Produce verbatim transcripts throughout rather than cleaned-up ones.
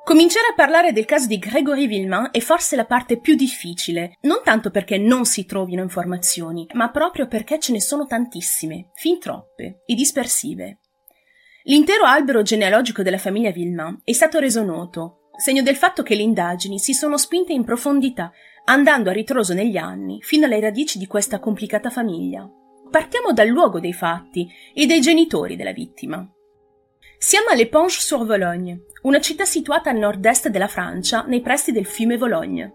Cominciare a parlare del caso di Grégory Villemain è forse la parte più difficile, non tanto perché non si trovino informazioni, ma proprio perché ce ne sono tantissime, fin troppe e dispersive. L'intero albero genealogico della famiglia Villemain è stato reso noto, segno del fatto che le indagini si sono spinte in profondità, andando a ritroso negli anni fino alle radici di questa complicata famiglia. Partiamo dal luogo dei fatti e dai genitori della vittima. Siamo a L'Épanche-sur-Vologne, una città situata al nord-est della Francia, nei pressi del fiume Vologne.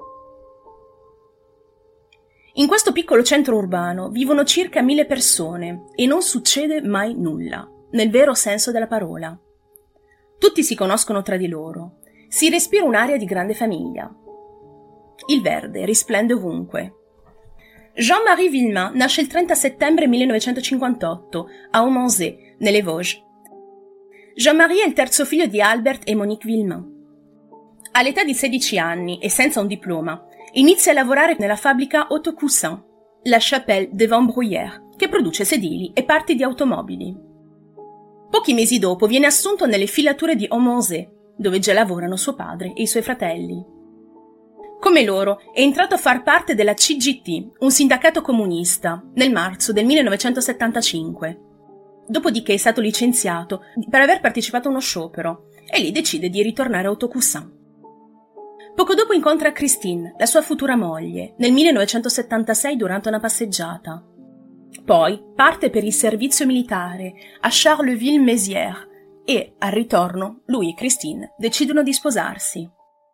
In questo piccolo centro urbano vivono circa mille persone e non succede mai nulla, nel vero senso della parola. Tutti si conoscono tra di loro, si respira un'aria di grande famiglia. Il verde risplende ovunque. Jean-Marie Villemain nasce il trenta settembre millenovecentocinquantotto a Aumonzé, nelle Vosges. Jean-Marie è il terzo figlio di Albert e Monique Villemain. All'età di sedici anni e senza un diploma, inizia a lavorare nella fabbrica Autocoussin, La Chapelle de Vent-Bruyère, che produce sedili e parti di automobili. Pochi mesi dopo viene assunto nelle filature di Aumonzé, dove già lavorano suo padre e i suoi fratelli. Come loro, è entrato a far parte della C G T, un sindacato comunista, nel marzo del millenovecentosettantacinque. Dopodiché è stato licenziato per aver partecipato a uno sciopero e lì decide di ritornare a Autocoussin. Poco dopo incontra Christine, la sua futura moglie, nel millenovecentosettantasei durante una passeggiata. Poi parte per il servizio militare a Charleville-Mézières e, al ritorno, lui e Christine decidono di sposarsi.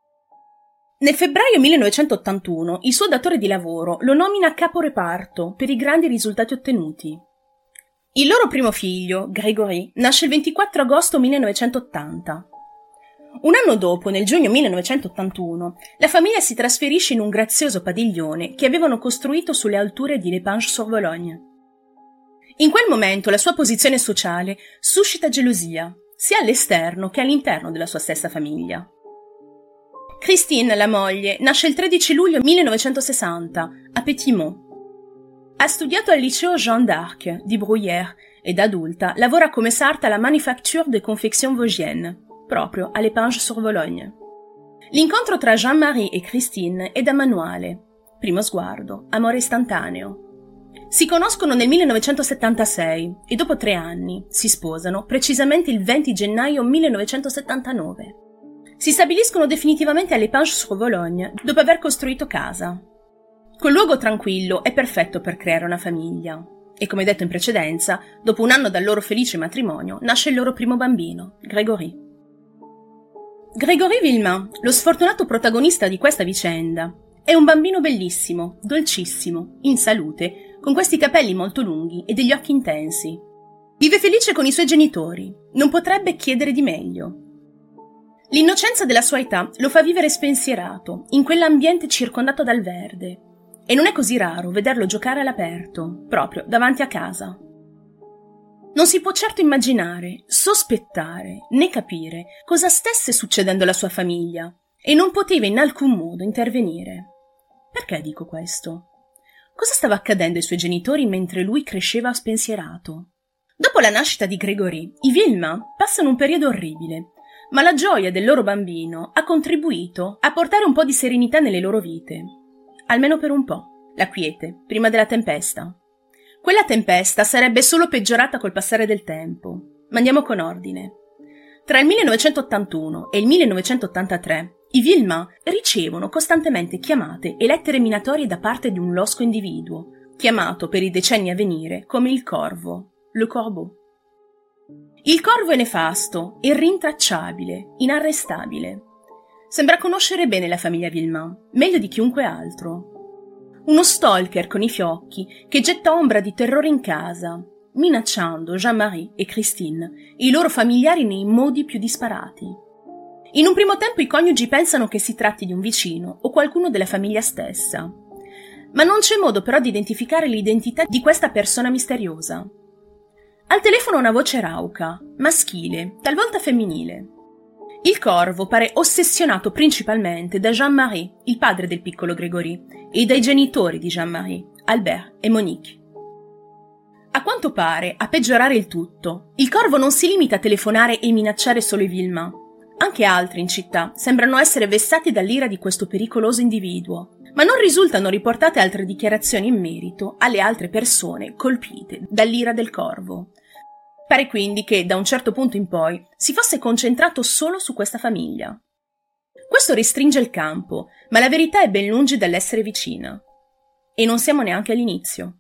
Nel febbraio millenovecentottantuno il suo datore di lavoro lo nomina caporeparto per i grandi risultati ottenuti. Il loro primo figlio, Grégory, nasce il ventiquattro agosto millenovecentottanta. Un anno dopo, nel giugno millenovecentottantuno, la famiglia si trasferisce in un grazioso padiglione che avevano costruito sulle alture di L'Épanche-sur-Vologne. In quel momento la sua posizione sociale suscita gelosia, sia all'esterno che all'interno della sua stessa famiglia. Christine, la moglie, nasce il tredici luglio millenovecentosessanta a Pétimont. Ha studiato al liceo Jeanne d'Arc di Bruyères ed adulta lavora come sarta alla Manufacture de Confection Vosgienne, proprio a L'Épanche-sur-Vologne. L'incontro tra Jean-Marie e Christine è da manuale. Primo sguardo, amore istantaneo. Si conoscono nel millenovecentosettantasei e dopo tre anni si sposano precisamente il venti gennaio millenovecentosettantanove. Si stabiliscono definitivamente a L'Épanche-sur-Vologne dopo aver costruito casa. Quel luogo tranquillo è perfetto per creare una famiglia. E come detto in precedenza, dopo un anno dal loro felice matrimonio, nasce il loro primo bambino, Grégory. Grégory Villemain, lo sfortunato protagonista di questa vicenda, è un bambino bellissimo, dolcissimo, in salute, con questi capelli molto lunghi e degli occhi intensi. Vive felice con i suoi genitori, non potrebbe chiedere di meglio. L'innocenza della sua età lo fa vivere spensierato, in quell'ambiente circondato dal verde. E non è così raro vederlo giocare all'aperto, proprio davanti a casa. Non si può certo immaginare, sospettare, né capire cosa stesse succedendo alla sua famiglia e non poteva in alcun modo intervenire. Perché dico questo? Cosa stava accadendo ai suoi genitori mentre lui cresceva spensierato? Dopo la nascita di Grégory, i Villemain passano un periodo orribile, ma la gioia del loro bambino ha contribuito a portare un po' di serenità nelle loro vite. Almeno per un po', la quiete, prima della tempesta. Quella tempesta sarebbe solo peggiorata col passare del tempo. Ma andiamo con ordine. Tra il millenovecentottantuno e il millenovecentottantatré, i Villemain ricevono costantemente chiamate e lettere minatorie da parte di un losco individuo, chiamato per i decenni a venire come il Corvo, le Corbeau. Il Corvo è nefasto, irrintracciabile, inarrestabile. Sembra conoscere bene la famiglia Villemain, meglio di chiunque altro. Uno stalker con i fiocchi che getta ombra di terrore in casa, minacciando Jean-Marie e Christine e i loro familiari nei modi più disparati. In un primo tempo i coniugi pensano che si tratti di un vicino o qualcuno della famiglia stessa, ma non c'è modo però di identificare l'identità di questa persona misteriosa. Al telefono una voce rauca, maschile, talvolta femminile. Il Corvo pare ossessionato principalmente da Jean-Marie, il padre del piccolo Grégory, e dai genitori di Jean-Marie, Albert e Monique. A quanto pare, a peggiorare il tutto, il Corvo non si limita a telefonare e minacciare solo i Villemain. Anche altri in città sembrano essere vessati dall'ira di questo pericoloso individuo, ma non risultano riportate altre dichiarazioni in merito alle altre persone colpite dall'ira del corvo. Pare quindi che, da un certo punto in poi, si fosse concentrato solo su questa famiglia. Questo restringe il campo, ma la verità è ben lungi dall'essere vicina. E non siamo neanche all'inizio.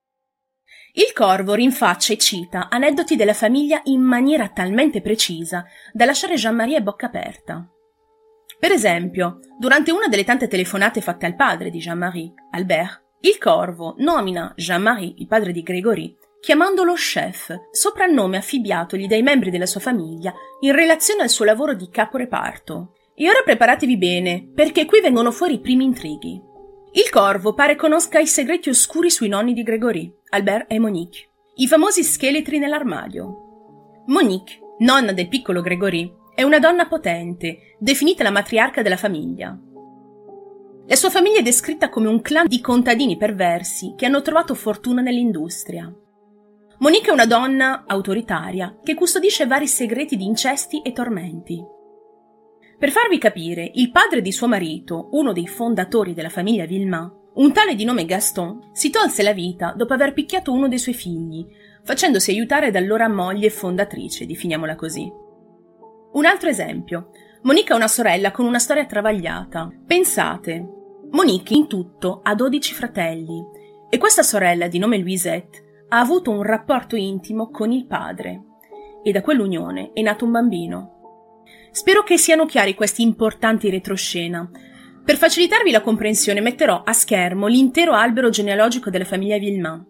Il corvo rinfaccia e cita aneddoti della famiglia in maniera talmente precisa da lasciare Jean-Marie a bocca aperta. Per esempio, durante una delle tante telefonate fatte al padre di Jean-Marie, Albert, il corvo nomina Jean-Marie, il padre di Grégory, chiamandolo chef, soprannome affibbiatogli dai membri della sua famiglia in relazione al suo lavoro di caporeparto. E ora preparatevi bene, perché qui vengono fuori i primi intrighi. Il corvo pare conosca i segreti oscuri sui nonni di Grégory, Albert e Monique, i famosi scheletri nell'armadio. Monique, nonna del piccolo Grégory, è una donna potente, definita la matriarca della famiglia. La sua famiglia è descritta come un clan di contadini perversi che hanno trovato fortuna nell'industria. Monique è una donna autoritaria che custodisce vari segreti di incesti e tormenti. Per farvi capire, il padre di suo marito, uno dei fondatori della famiglia Villemain, un tale di nome Gaston, si tolse la vita dopo aver picchiato uno dei suoi figli, facendosi aiutare dall'ora moglie fondatrice, definiamola così. Un altro esempio. Monique ha una sorella con una storia travagliata. Pensate, Monique in tutto ha dodici fratelli e questa sorella di nome Louisette ha avuto un rapporto intimo con il padre e da quell'unione è nato un bambino. Spero che siano chiari questi importanti retroscena. Per facilitarvi la comprensione metterò a schermo l'intero albero genealogico della famiglia Villemain.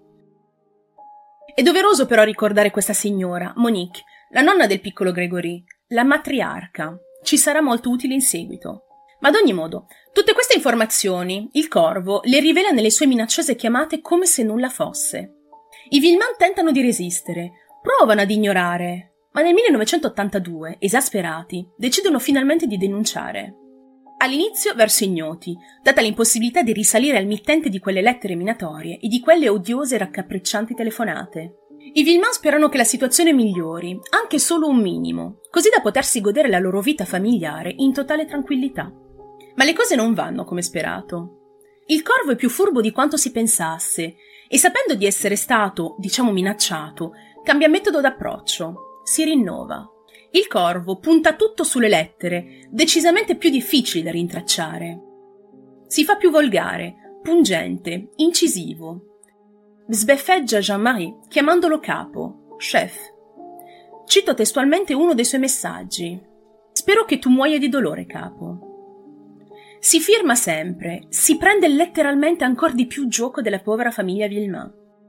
È doveroso però ricordare questa signora, Monique, la nonna del piccolo Grégory, la matriarca. Ci sarà molto utile in seguito. Ma ad ogni modo, tutte queste informazioni, il corvo le rivela nelle sue minacciose chiamate come se nulla fosse. I Villemain tentano di resistere, provano ad ignorare, ma nel millenovecentottantadue, esasperati, decidono finalmente di denunciare. All'inizio verso ignoti, data l'impossibilità di risalire al mittente di quelle lettere minatorie e di quelle odiose e raccapriccianti telefonate. I Villemain sperano che la situazione migliori, anche solo un minimo, così da potersi godere la loro vita familiare in totale tranquillità. Ma le cose non vanno come sperato. Il corvo è più furbo di quanto si pensasse e, sapendo di essere stato, diciamo, minacciato, cambia metodo d'approccio, si rinnova. Il corvo punta tutto sulle lettere, decisamente più difficili da rintracciare. Si fa più volgare, pungente, incisivo. Sbeffeggia Jean-Marie chiamandolo capo, chef. Cito testualmente uno dei suoi messaggi. Spero che tu muoia di dolore, capo. Si firma sempre, si prende letteralmente ancor di più gioco della povera famiglia Villemain.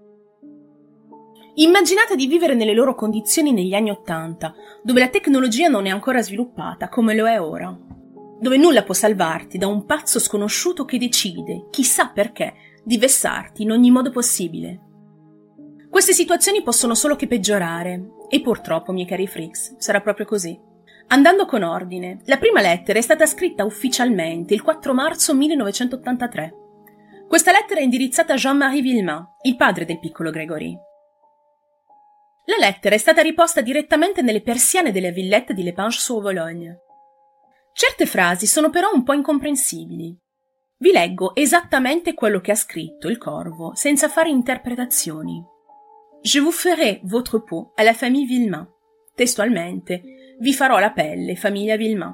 Immaginate di vivere nelle loro condizioni negli anni Ottanta, dove la tecnologia non è ancora sviluppata come lo è ora, dove nulla può salvarti da un pazzo sconosciuto che decide, chissà perché, di vessarti in ogni modo possibile. Queste situazioni possono solo che peggiorare, e purtroppo, miei cari freaks, sarà proprio così. Andando con ordine, la prima lettera è stata scritta ufficialmente il quattro marzo millenovecentottantatré. Questa lettera è indirizzata a Jean-Marie Villemain, il padre del piccolo Grégory. La lettera è stata riposta direttamente nelle persiane della villetta di L'Épinge-sur-Vologne. Certe frasi sono però un po' incomprensibili. Vi leggo esattamente quello che ha scritto il corvo, senza fare interpretazioni. Je vous ferai votre peau à la famille Villemain. Testualmente, vi farò la pelle, famiglia Villemain.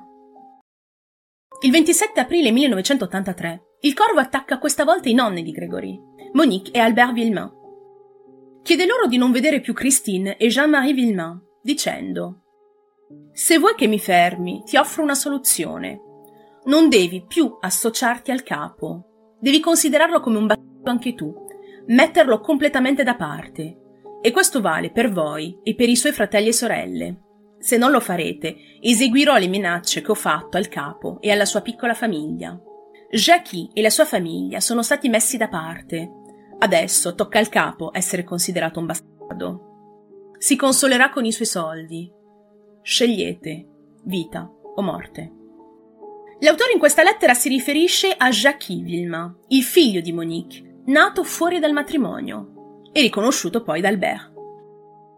Il ventisette aprile millenovecentottantatré, il corvo attacca questa volta i nonni di Grégory, Monique e Albert Villemain. Chiede loro di non vedere più Christine e Jean-Marie Villemain, dicendo: «Se vuoi che mi fermi, ti offro una soluzione. Non devi più associarti al capo. Devi considerarlo come un bastardo anche tu, metterlo completamente da parte. E questo vale per voi e per i suoi fratelli e sorelle. Se non lo farete, eseguirò le minacce che ho fatto al capo e alla sua piccola famiglia. Jackie e la sua famiglia sono stati messi da parte. Adesso tocca al capo essere considerato un bastardo. Si consolerà con i suoi soldi. Scegliete, vita o morte». L'autore in questa lettera si riferisce a Jackie Villemain, il figlio di Monique, nato fuori dal matrimonio e riconosciuto poi da Albert.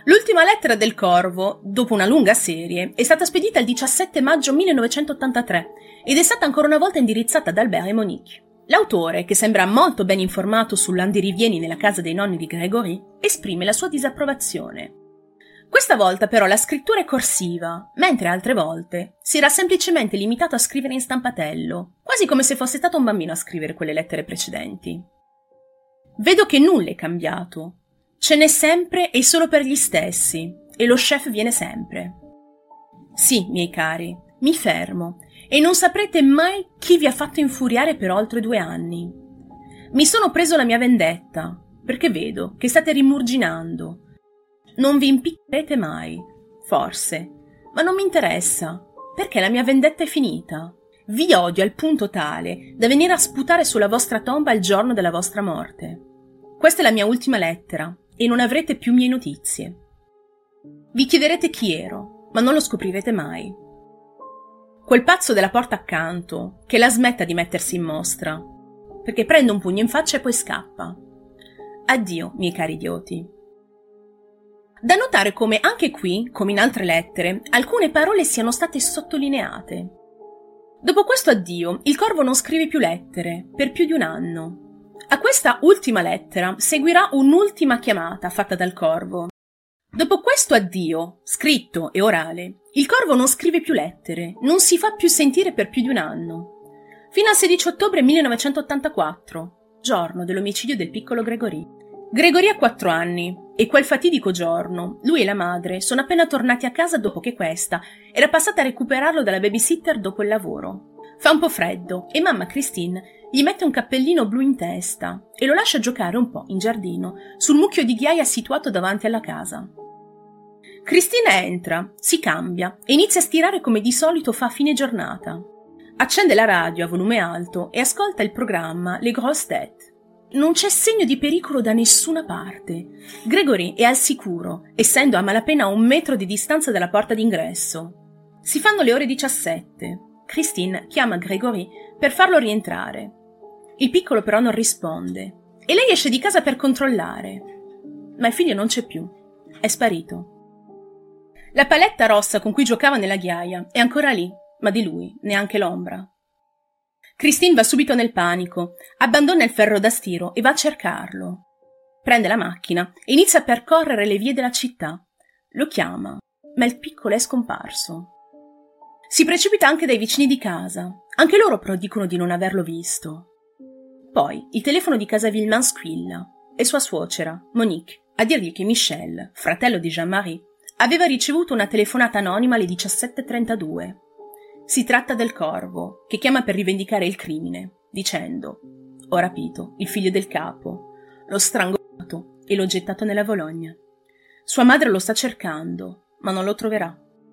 L'ultima lettera del Corvo, dopo una lunga serie, è stata spedita il diciassette maggio millenovecentottantatré ed è stata ancora una volta indirizzata da Albert e Monique. L'autore, che sembra molto ben informato sull'andirivieni nella casa dei nonni di Gregory, esprime la sua disapprovazione. Questa volta però la scrittura è corsiva, mentre altre volte si era semplicemente limitato a scrivere in stampatello, quasi come se fosse stato un bambino a scrivere quelle lettere precedenti. Vedo che nulla è cambiato. Ce n'è sempre e solo per gli stessi, e lo chef viene sempre. Sì, miei cari, mi fermo, e non saprete mai chi vi ha fatto infuriare per oltre due anni. Mi sono preso la mia vendetta, perché vedo che state rimurginando. Non vi impiccherete mai, forse, ma non mi interessa, perché la mia vendetta è finita. Vi odio al punto tale da venire a sputare sulla vostra tomba il giorno della vostra morte. Questa è la mia ultima lettera, e non avrete più mie notizie. Vi chiederete chi ero, ma non lo scoprirete mai. Quel pazzo della porta accanto, che la smetta di mettersi in mostra, perché prende un pugno in faccia e poi scappa. Addio, miei cari idioti. Da notare come anche qui, come in altre lettere, alcune parole siano state sottolineate. Dopo questo addio, il Corvo non scrive più lettere, per più di un anno. A questa ultima lettera seguirà un'ultima chiamata fatta dal Corvo. Dopo questo addio, scritto e orale, il Corvo non scrive più lettere, non si fa più sentire per più di un anno. Fino al sedici ottobre millenovecentottantaquattro, giorno dell'omicidio del piccolo Gregory. Gregory ha quattro anni e quel fatidico giorno lui e la madre sono appena tornati a casa dopo che questa era passata a recuperarlo dalla babysitter dopo il lavoro. Fa un po' freddo e mamma Christine gli mette un cappellino blu in testa e lo lascia giocare un po' in giardino sul mucchio di ghiaia situato davanti alla casa. Christine entra, si cambia e inizia a stirare come di solito fa a fine giornata. Accende la radio a volume alto e ascolta il programma Les Grosses Têtes. Non c'è segno di pericolo da nessuna parte. Gregory è al sicuro, essendo a malapena a un metro di distanza dalla porta d'ingresso. Si fanno le ore diciassette. Christine chiama Gregory per farlo rientrare. Il piccolo però non risponde e lei esce di casa per controllare. Ma il figlio non c'è più. È sparito. La paletta rossa con cui giocava nella ghiaia è ancora lì, ma di lui neanche l'ombra. Christine va subito nel panico, abbandona il ferro da stiro e va a cercarlo. Prende la macchina e inizia a percorrere le vie della città. Lo chiama, ma il piccolo è scomparso. Si precipita anche dai vicini di casa. Anche loro però dicono di non averlo visto. Poi il telefono di casa Villemain squilla e sua suocera, Monique, a dirgli che Michel, fratello di Jean-Marie, aveva ricevuto una telefonata anonima alle diciassette e trentadue. Si tratta del Corvo, che chiama per rivendicare il crimine, dicendo: «Ho rapito il figlio del capo, l'ho strangolato e l'ho gettato nella Vologna. Sua madre lo sta cercando, ma non lo troverà».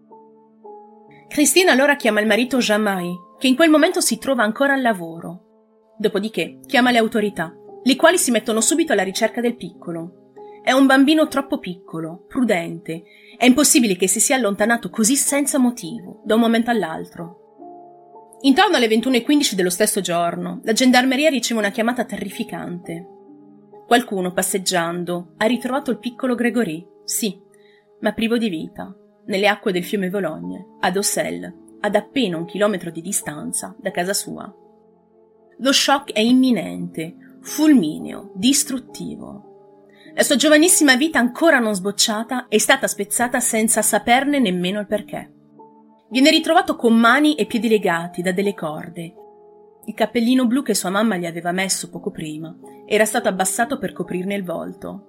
Christine allora chiama il marito Jean-Marie, che in quel momento si trova ancora al lavoro. Dopodiché chiama le autorità, le quali si mettono subito alla ricerca del piccolo. È un bambino troppo piccolo, prudente. È impossibile che si sia allontanato così senza motivo, da un momento all'altro. Intorno alle ventuno e quindici dello stesso giorno, la gendarmeria riceve una chiamata terrificante. Qualcuno, passeggiando, ha ritrovato il piccolo Gregory, sì, ma privo di vita, nelle acque del fiume Vologne, ad Auxelles, ad appena un chilometro di distanza da casa sua. Lo shock è imminente, fulmineo, distruttivo. La sua giovanissima vita ancora non sbocciata è stata spezzata senza saperne nemmeno il perché. Viene ritrovato con mani e piedi legati da delle corde. Il cappellino blu che sua mamma gli aveva messo poco prima era stato abbassato per coprirne il volto.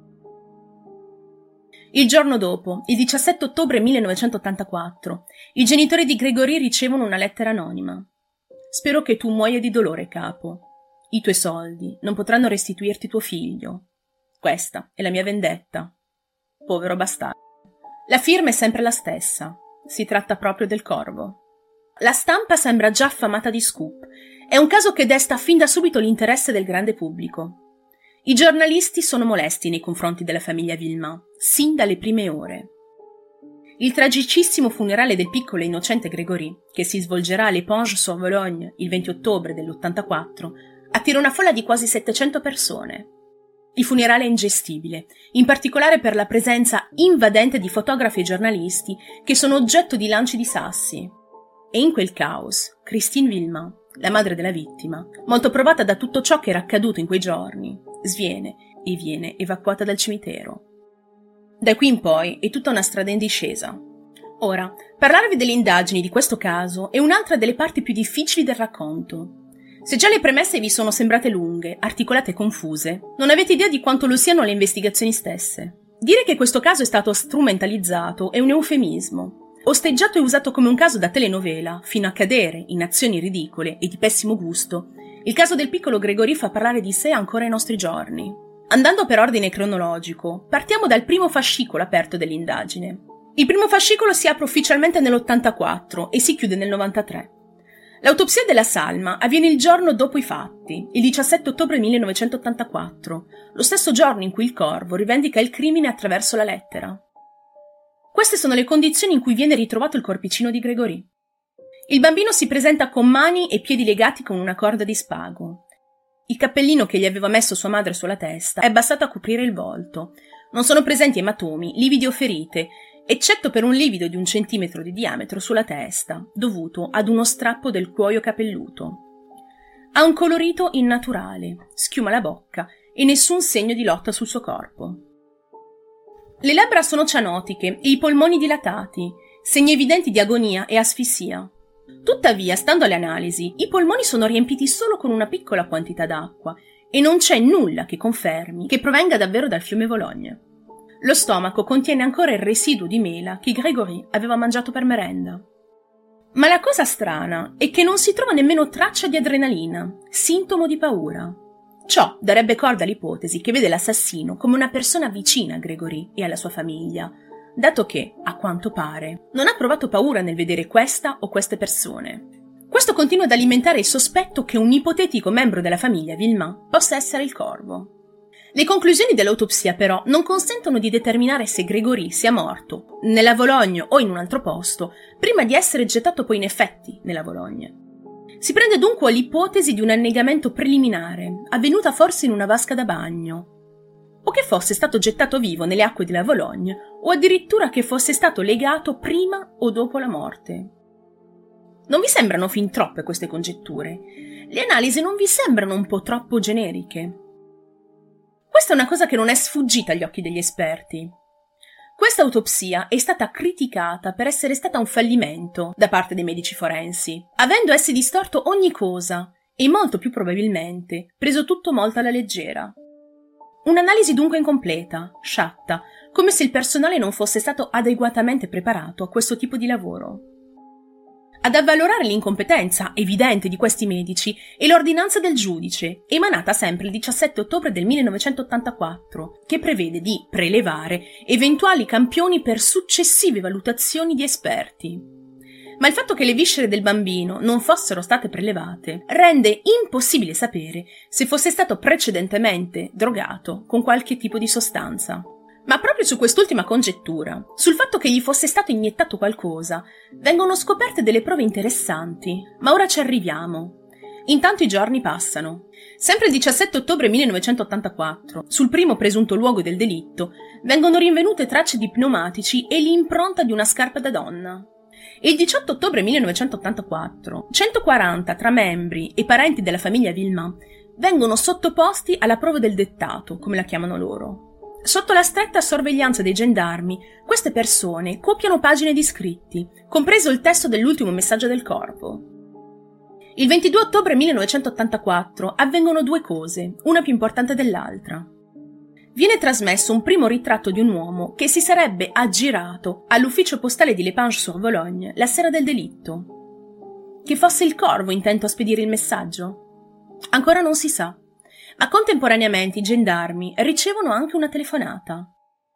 Il giorno dopo, il diciassette ottobre millenovecentottantaquattro, i genitori di Gregory ricevono una lettera anonima. «Spero che tu muoia di dolore, capo. I tuoi soldi non potranno restituirti tuo figlio. Questa è la mia vendetta. Povero bastardo». La firma è sempre la stessa. Si tratta proprio del Corvo. La stampa sembra già affamata di scoop. È un caso che desta fin da subito l'interesse del grande pubblico. I giornalisti sono molesti nei confronti della famiglia Villemain, sin dalle prime ore. Il tragicissimo funerale del piccolo e innocente Gregory, che si svolgerà all'Éponge-sur-Vologne il venti ottobre dell'ottantaquattro, attira una folla di quasi settecento persone. Il funerale è ingestibile, in particolare per la presenza invadente di fotografi e giornalisti che sono oggetto di lanci di sassi. E in quel caos, Christine Villemain, la madre della vittima, molto provata da tutto ciò che era accaduto in quei giorni, sviene e viene evacuata dal cimitero. Da qui in poi è tutta una strada in discesa. Ora, parlarvi delle indagini di questo caso è un'altra delle parti più difficili del racconto. Se già le premesse vi sono sembrate lunghe, articolate e confuse, non avete idea di quanto lo siano le investigazioni stesse. Dire che questo caso è stato strumentalizzato è un eufemismo. Osteggiato e usato come un caso da telenovela, fino a cadere in azioni ridicole e di pessimo gusto, il caso del piccolo Grégory fa parlare di sé ancora ai nostri giorni. Andando per ordine cronologico, partiamo dal primo fascicolo aperto dell'indagine. Il primo fascicolo si apre ufficialmente nell'ottantaquattro e si chiude nel novantatré. L'autopsia della salma avviene il giorno dopo i fatti, il diciassette ottobre millenovecentottantaquattro, lo stesso giorno in cui il corvo rivendica il crimine attraverso la lettera. Queste sono le condizioni in cui viene ritrovato il corpicino di Grégory. Il bambino si presenta con mani e piedi legati con una corda di spago. Il cappellino che gli aveva messo sua madre sulla testa è abbassato a coprire il volto. Non sono presenti ematomi, lividi o ferite, eccetto per un livido di un centimetro di diametro sulla testa, dovuto ad uno strappo del cuoio capelluto. Ha un colorito innaturale, schiuma la bocca e nessun segno di lotta sul suo corpo. Le labbra sono cianotiche e i polmoni dilatati, segni evidenti di agonia e asfissia. Tuttavia, stando alle analisi, i polmoni sono riempiti solo con una piccola quantità d'acqua e non c'è nulla che confermi che provenga davvero dal fiume Vologne. Lo stomaco contiene ancora il residuo di mela che Grégory aveva mangiato per merenda. Ma la cosa strana è che non si trova nemmeno traccia di adrenalina, sintomo di paura. Ciò darebbe corda all'ipotesi che vede l'assassino come una persona vicina a Grégory e alla sua famiglia, dato che, a quanto pare, non ha provato paura nel vedere questa o queste persone. Questo continua ad alimentare il sospetto che un ipotetico membro della famiglia Villemain possa essere il corvo. Le conclusioni dell'autopsia, però, non consentono di determinare se Grégory sia morto, nella Vologne o in un altro posto, prima di essere gettato poi in effetti nella Vologne. Si prende dunque l'ipotesi di un annegamento preliminare, avvenuta forse in una vasca da bagno, o che fosse stato gettato vivo nelle acque della Vologne, o addirittura che fosse stato legato prima o dopo la morte. Non vi sembrano fin troppe queste congetture? Le analisi non vi sembrano un po' troppo generiche? Questa è una cosa che non è sfuggita agli occhi degli esperti. Questa autopsia è stata criticata per essere stata un fallimento da parte dei medici forensi, avendo essi distorto ogni cosa e molto più probabilmente preso tutto molto alla leggera. Un'analisi dunque incompleta, sciatta, come se il personale non fosse stato adeguatamente preparato a questo tipo di lavoro. Ad avvalorare l'incompetenza evidente di questi medici è l'ordinanza del giudice, emanata sempre il diciassette ottobre del millenovecentottantaquattro, che prevede di prelevare eventuali campioni per successive valutazioni di esperti. Ma il fatto che le viscere del bambino non fossero state prelevate rende impossibile sapere se fosse stato precedentemente drogato con qualche tipo di sostanza. Ma proprio su quest'ultima congettura, sul fatto che gli fosse stato iniettato qualcosa, vengono scoperte delle prove interessanti, ma ora ci arriviamo. Intanto i giorni passano. Sempre il diciassette ottobre millenovecentottantaquattro, sul primo presunto luogo del delitto, vengono rinvenute tracce di pneumatici e l'impronta di una scarpa da donna. Il diciotto ottobre millenovecentottantaquattro, centoquaranta tra membri e parenti della famiglia Villemain vengono sottoposti alla prova del dettato, come la chiamano loro. Sotto la stretta sorveglianza dei gendarmi, queste persone copiano pagine di scritti, compreso il testo dell'ultimo messaggio del corpo. Il ventidue ottobre millenovecentottantaquattro avvengono due cose, una più importante dell'altra. Viene trasmesso un primo ritratto di un uomo che si sarebbe aggirato all'ufficio postale di L'Épinge-sur-Vologne la sera del delitto. Che fosse il corvo intento a spedire il messaggio? Ancora non si sa. Ma contemporaneamente i gendarmi ricevono anche una telefonata.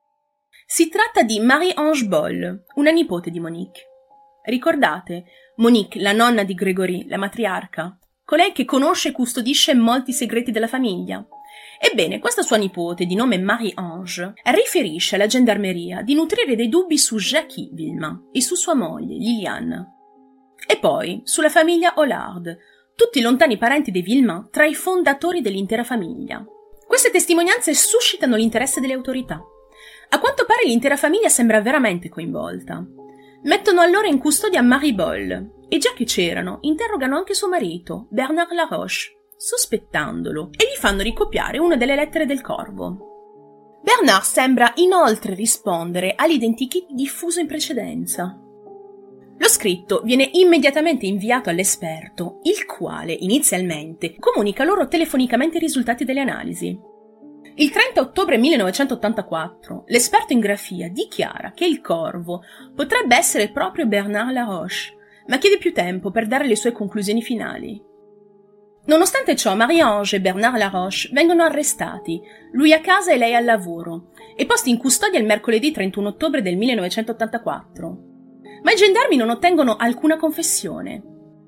Si tratta di Marie-Ange Boll, una nipote di Monique. Ricordate? Monique, la nonna di Grégory, la matriarca, colei che conosce e custodisce molti segreti della famiglia. Ebbene, questa sua nipote, di nome Marie-Ange, riferisce alla gendarmeria di nutrire dei dubbi su Jackie Villemain e su sua moglie, Liliane. E poi sulla famiglia Hollard, tutti i lontani parenti dei Villemain tra i fondatori dell'intera famiglia. Queste testimonianze suscitano l'interesse delle autorità. A quanto pare l'intera famiglia sembra veramente coinvolta. Mettono allora in custodia Marie Boll e, già che c'erano, interrogano anche suo marito, Bernard Laroche, sospettandolo, e gli fanno ricopiare una delle lettere del corvo. Bernard sembra inoltre rispondere all'identikit diffuso in precedenza. Lo scritto viene immediatamente inviato all'esperto, il quale, inizialmente, comunica loro telefonicamente i risultati delle analisi. Il trenta ottobre millenovecentottantaquattro, l'esperto in grafia dichiara che il corvo potrebbe essere proprio Bernard Laroche, ma chiede più tempo per dare le sue conclusioni finali. Nonostante ciò, Marie-Ange e Bernard Laroche vengono arrestati, lui a casa e lei al lavoro, e posti in custodia il mercoledì trentuno ottobre del millenovecentottantaquattro. Ma i gendarmi non ottengono alcuna confessione.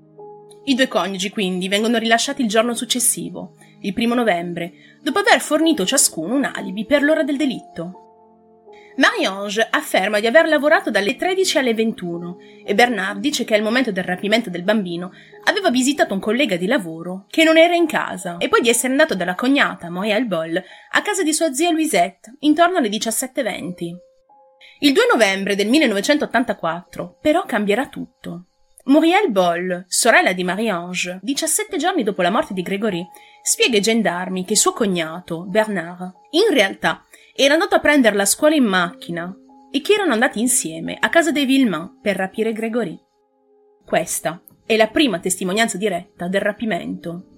I due coniugi, quindi, vengono rilasciati il giorno successivo, il primo novembre, dopo aver fornito ciascuno un alibi per l'ora del delitto. Marie-Ange afferma di aver lavorato dalle tredici alle ventuno e Bernard dice che al momento del rapimento del bambino aveva visitato un collega di lavoro che non era in casa e poi di essere andato dalla cognata, Muriel Boll, a casa di sua zia Louisette, intorno alle diciassette e venti. Il due novembre del millenovecentottantaquattro però cambierà tutto. Muriel Boll, sorella di Marie-Ange, diciassette giorni dopo la morte di Grégory, spiega ai gendarmi che suo cognato, Bernard, in realtà era andato a prenderla a scuola in macchina e che erano andati insieme a casa dei Villemain per rapire Grégory. Questa è la prima testimonianza diretta del rapimento.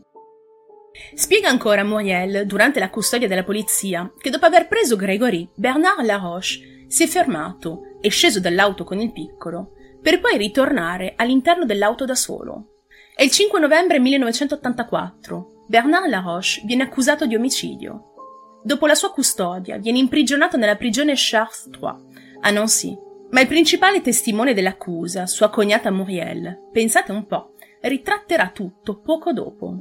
Spiega ancora Muriel, durante la custodia della polizia, che dopo aver preso Grégory, Bernard Laroche si è fermato e sceso dall'auto con il piccolo, per poi ritornare all'interno dell'auto da solo. È il cinque novembre millenovecentottantaquattro. Bernard Laroche viene accusato di omicidio. Dopo la sua custodia, viene imprigionato nella prigione Charles tre, a Nancy. Ma il principale testimone dell'accusa, sua cognata Muriel, pensate un po', ritratterà tutto poco dopo.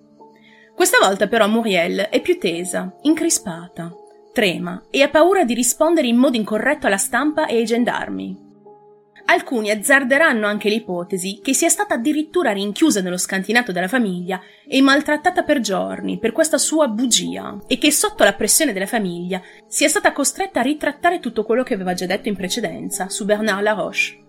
Questa volta però Muriel è più tesa, incrispata, trema e ha paura di rispondere in modo incorretto alla stampa e ai gendarmi. Alcuni azzarderanno anche l'ipotesi che sia stata addirittura rinchiusa nello scantinato della famiglia e maltrattata per giorni per questa sua bugia e che sotto la pressione della famiglia sia stata costretta a ritrattare tutto quello che aveva già detto in precedenza su Bernard Laroche.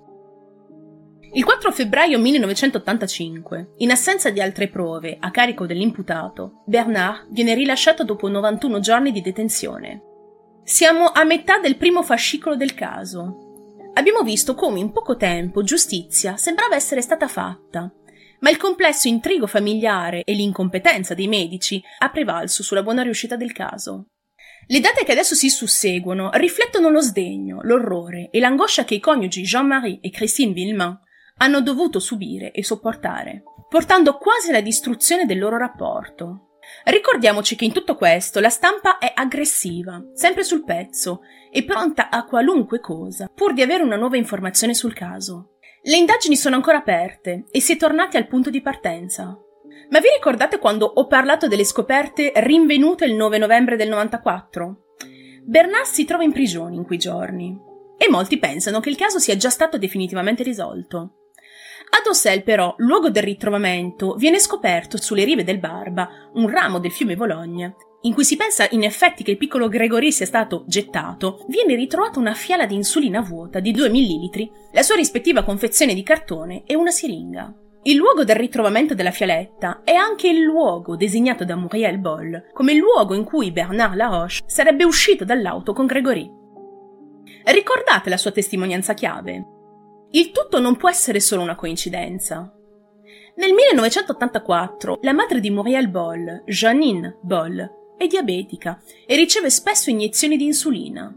Il quattro febbraio millenovecentottantacinque, in assenza di altre prove a carico dell'imputato, Bernard viene rilasciato dopo novantuno giorni di detenzione. Siamo a metà del primo fascicolo del caso. Abbiamo visto come in poco tempo giustizia sembrava essere stata fatta, ma il complesso intrigo familiare e l'incompetenza dei medici ha prevalso sulla buona riuscita del caso. Le date che adesso si susseguono riflettono lo sdegno, l'orrore e l'angoscia che i coniugi Jean-Marie e Christine Villemain hanno dovuto subire e sopportare, portando quasi alla distruzione del loro rapporto. Ricordiamoci che in tutto questo la stampa è aggressiva, sempre sul pezzo e pronta a qualunque cosa, pur di avere una nuova informazione sul caso. Le indagini sono ancora aperte e si è tornati al punto di partenza. Ma vi ricordate quando ho parlato delle scoperte rinvenute il nove novembre del novantaquattro? Bernard si trova in prigione in quei giorni e molti pensano che il caso sia già stato definitivamente risolto. Ad Auxelles, però, luogo del ritrovamento, viene scoperto sulle rive del Barba, un ramo del fiume Vologne, in cui si pensa in effetti che il piccolo Grégory sia stato gettato, viene ritrovata una fiala di insulina vuota di due millilitri, la sua rispettiva confezione di cartone e una siringa. Il luogo del ritrovamento della fialetta è anche il luogo designato da Muriel Boll come il luogo in cui Bernard Laroche sarebbe uscito dall'auto con Grégory. Ricordate la sua testimonianza chiave? Il tutto non può essere solo una coincidenza. Nel millenovecentottantaquattro la madre di Muriel Boll, Jeannine Boll, è diabetica e riceve spesso iniezioni di insulina.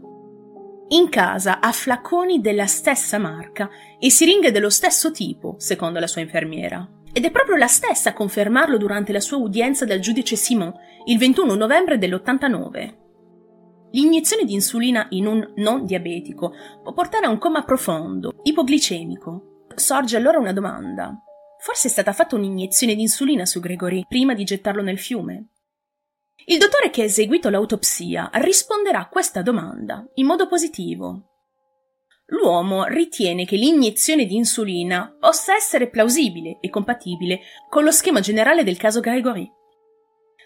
In casa ha flaconi della stessa marca e siringhe dello stesso tipo, secondo la sua infermiera. Ed è proprio la stessa a confermarlo durante la sua udienza dal giudice Simon il ventuno novembre dell'ottantanove. L'iniezione di insulina in un non diabetico può portare a un coma profondo, ipoglicemico. Sorge allora una domanda. Forse è stata fatta un'iniezione di insulina su Grégory prima di gettarlo nel fiume? Il dottore che ha eseguito l'autopsia risponderà a questa domanda in modo positivo. L'uomo ritiene che l'iniezione di insulina possa essere plausibile e compatibile con lo schema generale del caso Grégory.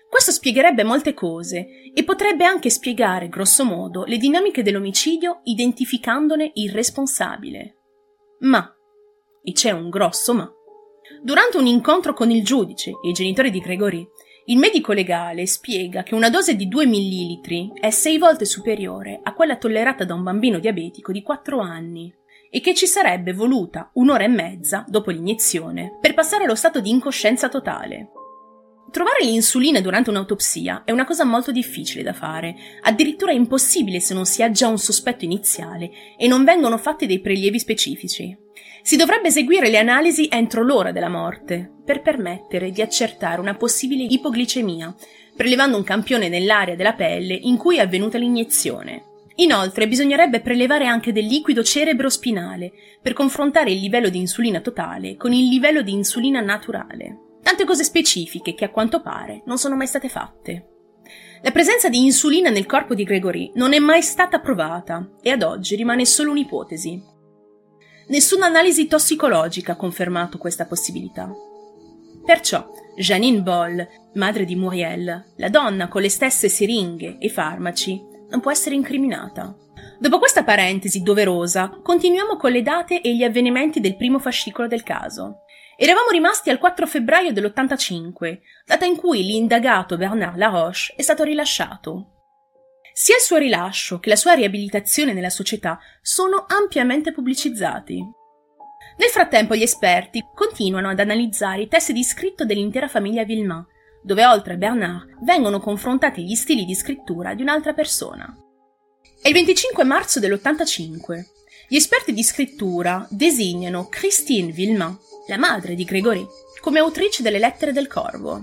Questo spiegherebbe molte cose e potrebbe anche spiegare, grosso modo, le dinamiche dell'omicidio identificandone il responsabile. Ma, e c'è un grosso ma, durante un incontro con il giudice e i genitori di Grégory, il medico legale spiega che una dose di due millilitri è sei volte superiore a quella tollerata da un bambino diabetico di quattro anni e che ci sarebbe voluta un'ora e mezza dopo l'iniezione per passare allo stato di incoscienza totale. Trovare l'insulina durante un'autopsia è una cosa molto difficile da fare, addirittura impossibile se non si ha già un sospetto iniziale e non vengono fatti dei prelievi specifici. Si dovrebbe eseguire le analisi entro l'ora della morte, per permettere di accertare una possibile ipoglicemia, prelevando un campione nell'area della pelle in cui è avvenuta l'iniezione. Inoltre bisognerebbe prelevare anche del liquido cerebrospinale per confrontare il livello di insulina totale con il livello di insulina naturale. Tante cose specifiche che a quanto pare non sono mai state fatte. La presenza di insulina nel corpo di Grégory non è mai stata provata e ad oggi rimane solo un'ipotesi. Nessuna analisi tossicologica ha confermato questa possibilità. Perciò Jeanine Boll, madre di Muriel, la donna con le stesse siringhe e farmaci, non può essere incriminata. Dopo questa parentesi doverosa, continuiamo con le date e gli avvenimenti del primo fascicolo del caso. Eravamo rimasti al quattro febbraio dell'ottantacinque, data in cui l'indagato Bernard Laroche è stato rilasciato. Sia il suo rilascio che la sua riabilitazione nella società sono ampiamente pubblicizzati. Nel frattempo gli esperti continuano ad analizzare i testi di scritto dell'intera famiglia Villemain, dove oltre a Bernard vengono confrontati gli stili di scrittura di un'altra persona. È il venticinque marzo dell'ottantacinque. Gli esperti di scrittura designano Christine Villemain, la madre di Grégory, come autrice delle lettere del corvo.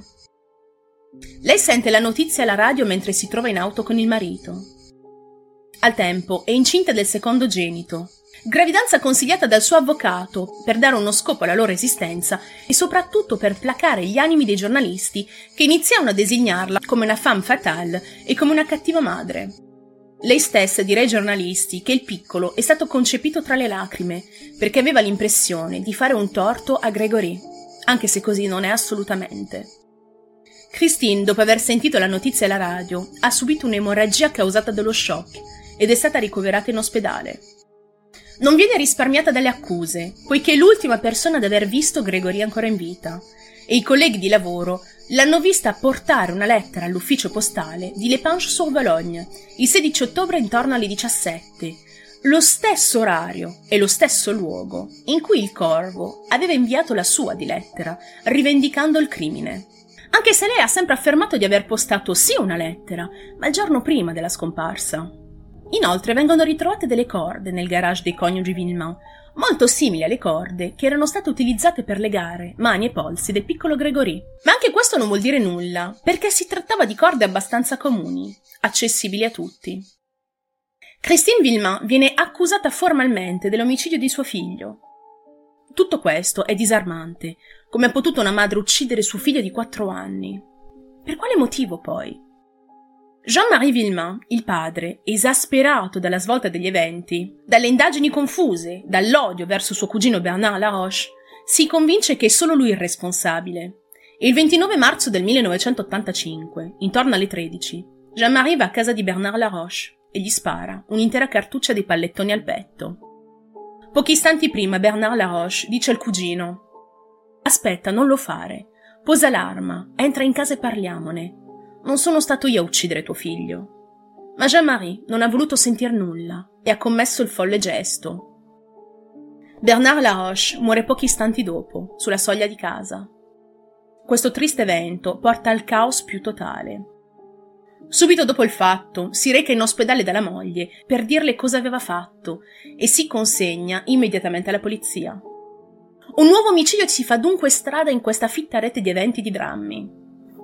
Lei sente la notizia alla radio mentre si trova in auto con il marito. Al tempo è incinta del secondogenito, gravidanza consigliata dal suo avvocato per dare uno scopo alla loro esistenza e soprattutto per placare gli animi dei giornalisti che iniziavano a designarla come una femme fatale e come una cattiva madre. Lei stessa dirà ai giornalisti che il piccolo è stato concepito tra le lacrime perché aveva l'impressione di fare un torto a Grégory, anche se così non è assolutamente. Christine, dopo aver sentito la notizia alla radio, ha subito un'emorragia causata dallo shock ed è stata ricoverata in ospedale. Non viene risparmiata dalle accuse, poiché è l'ultima persona ad aver visto Grégory ancora in vita, e i colleghi di lavoro l'hanno vista portare una lettera all'ufficio postale di L'Épanche-sur-Vologne il sedici ottobre intorno alle diciassette, lo stesso orario e lo stesso luogo in cui il corvo aveva inviato la sua di lettera, rivendicando il crimine. Anche se lei ha sempre affermato di aver postato sì una lettera, ma il giorno prima della scomparsa. Inoltre vengono ritrovate delle corde nel garage dei coniugi Villemain, molto simili alle corde che erano state utilizzate per legare mani e polsi del piccolo Grégory. Ma anche questo non vuol dire nulla, perché si trattava di corde abbastanza comuni, accessibili a tutti. Christine Villemain viene accusata formalmente dell'omicidio di suo figlio. Tutto questo è disarmante. Come ha potuto una madre uccidere suo figlio di quattro anni? Per quale motivo, poi? Jean-Marie Villemain, il padre, esasperato dalla svolta degli eventi, dalle indagini confuse, dall'odio verso suo cugino Bernard Laroche, si convince che è solo lui il responsabile. E il ventinove marzo del millenovecentottantacinque, intorno alle tredici, Jean-Marie va a casa di Bernard Laroche e gli spara un'intera cartuccia di pallettoni al petto. Pochi istanti prima Bernard Laroche dice al cugino: «Aspetta, non lo fare. Posa l'arma, entra in casa e parliamone. Non sono stato io a uccidere tuo figlio». Ma Jean-Marie non ha voluto sentir nulla e ha commesso il folle gesto. Bernard Laroche muore pochi istanti dopo, sulla soglia di casa. Questo triste evento porta al caos più totale. Subito dopo il fatto si reca in ospedale dalla moglie per dirle cosa aveva fatto e si consegna immediatamente alla polizia. Un nuovo omicidio si fa dunque strada in questa fitta rete di eventi e di drammi.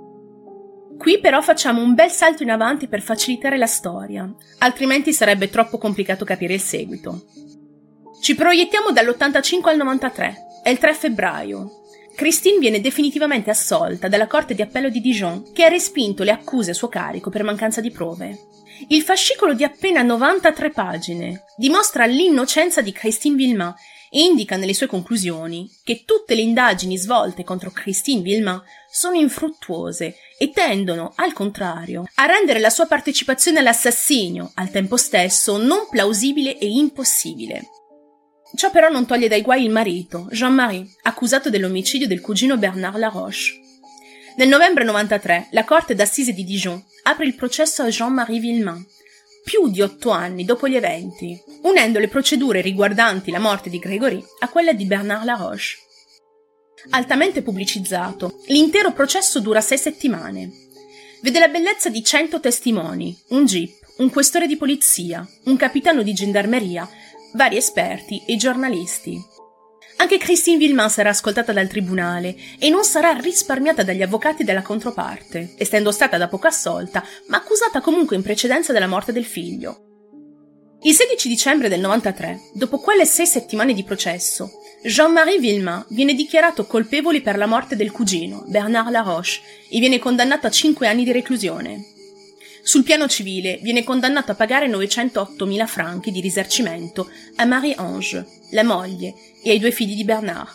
Qui però facciamo un bel salto in avanti per facilitare la storia, altrimenti sarebbe troppo complicato capire il seguito. Ci proiettiamo dall'ottantacinque al novantatré, è il tre febbraio. Christine viene definitivamente assolta dalla Corte di Appello di Dijon, che ha respinto le accuse a suo carico per mancanza di prove. Il fascicolo di appena novantatré pagine dimostra l'innocenza di Christine Villemain e indica nelle sue conclusioni che tutte le indagini svolte contro Christine Villemain sono infruttuose e tendono, al contrario, a rendere la sua partecipazione all'assassinio, al tempo stesso, non plausibile e impossibile. Ciò però non toglie dai guai il marito, Jean-Marie, accusato dell'omicidio del cugino Bernard Laroche. Nel novembre novantatré, la Corte d'Assise di Dijon apre il processo a Jean-Marie Villemain, più di otto anni dopo gli eventi, unendo le procedure riguardanti la morte di Grégory a quella di Bernard Laroche. Altamente pubblicizzato, l'intero processo dura sei settimane. Vede la bellezza di cento testimoni, un jeep, un questore di polizia, un capitano di gendarmeria, vari esperti e giornalisti. Anche Christine Villemain sarà ascoltata dal tribunale e non sarà risparmiata dagli avvocati della controparte, essendo stata da poco assolta, ma accusata comunque in precedenza della morte del figlio. Il sedici dicembre del novantatré, dopo quelle sei settimane di processo, Jean-Marie Villemain viene dichiarato colpevole per la morte del cugino, Bernard Laroche, e viene condannato a cinque anni di reclusione. Sul piano civile viene condannato a pagare novecentoottomila franchi di risarcimento a Marie-Ange, la moglie, e ai due figli di Bernard.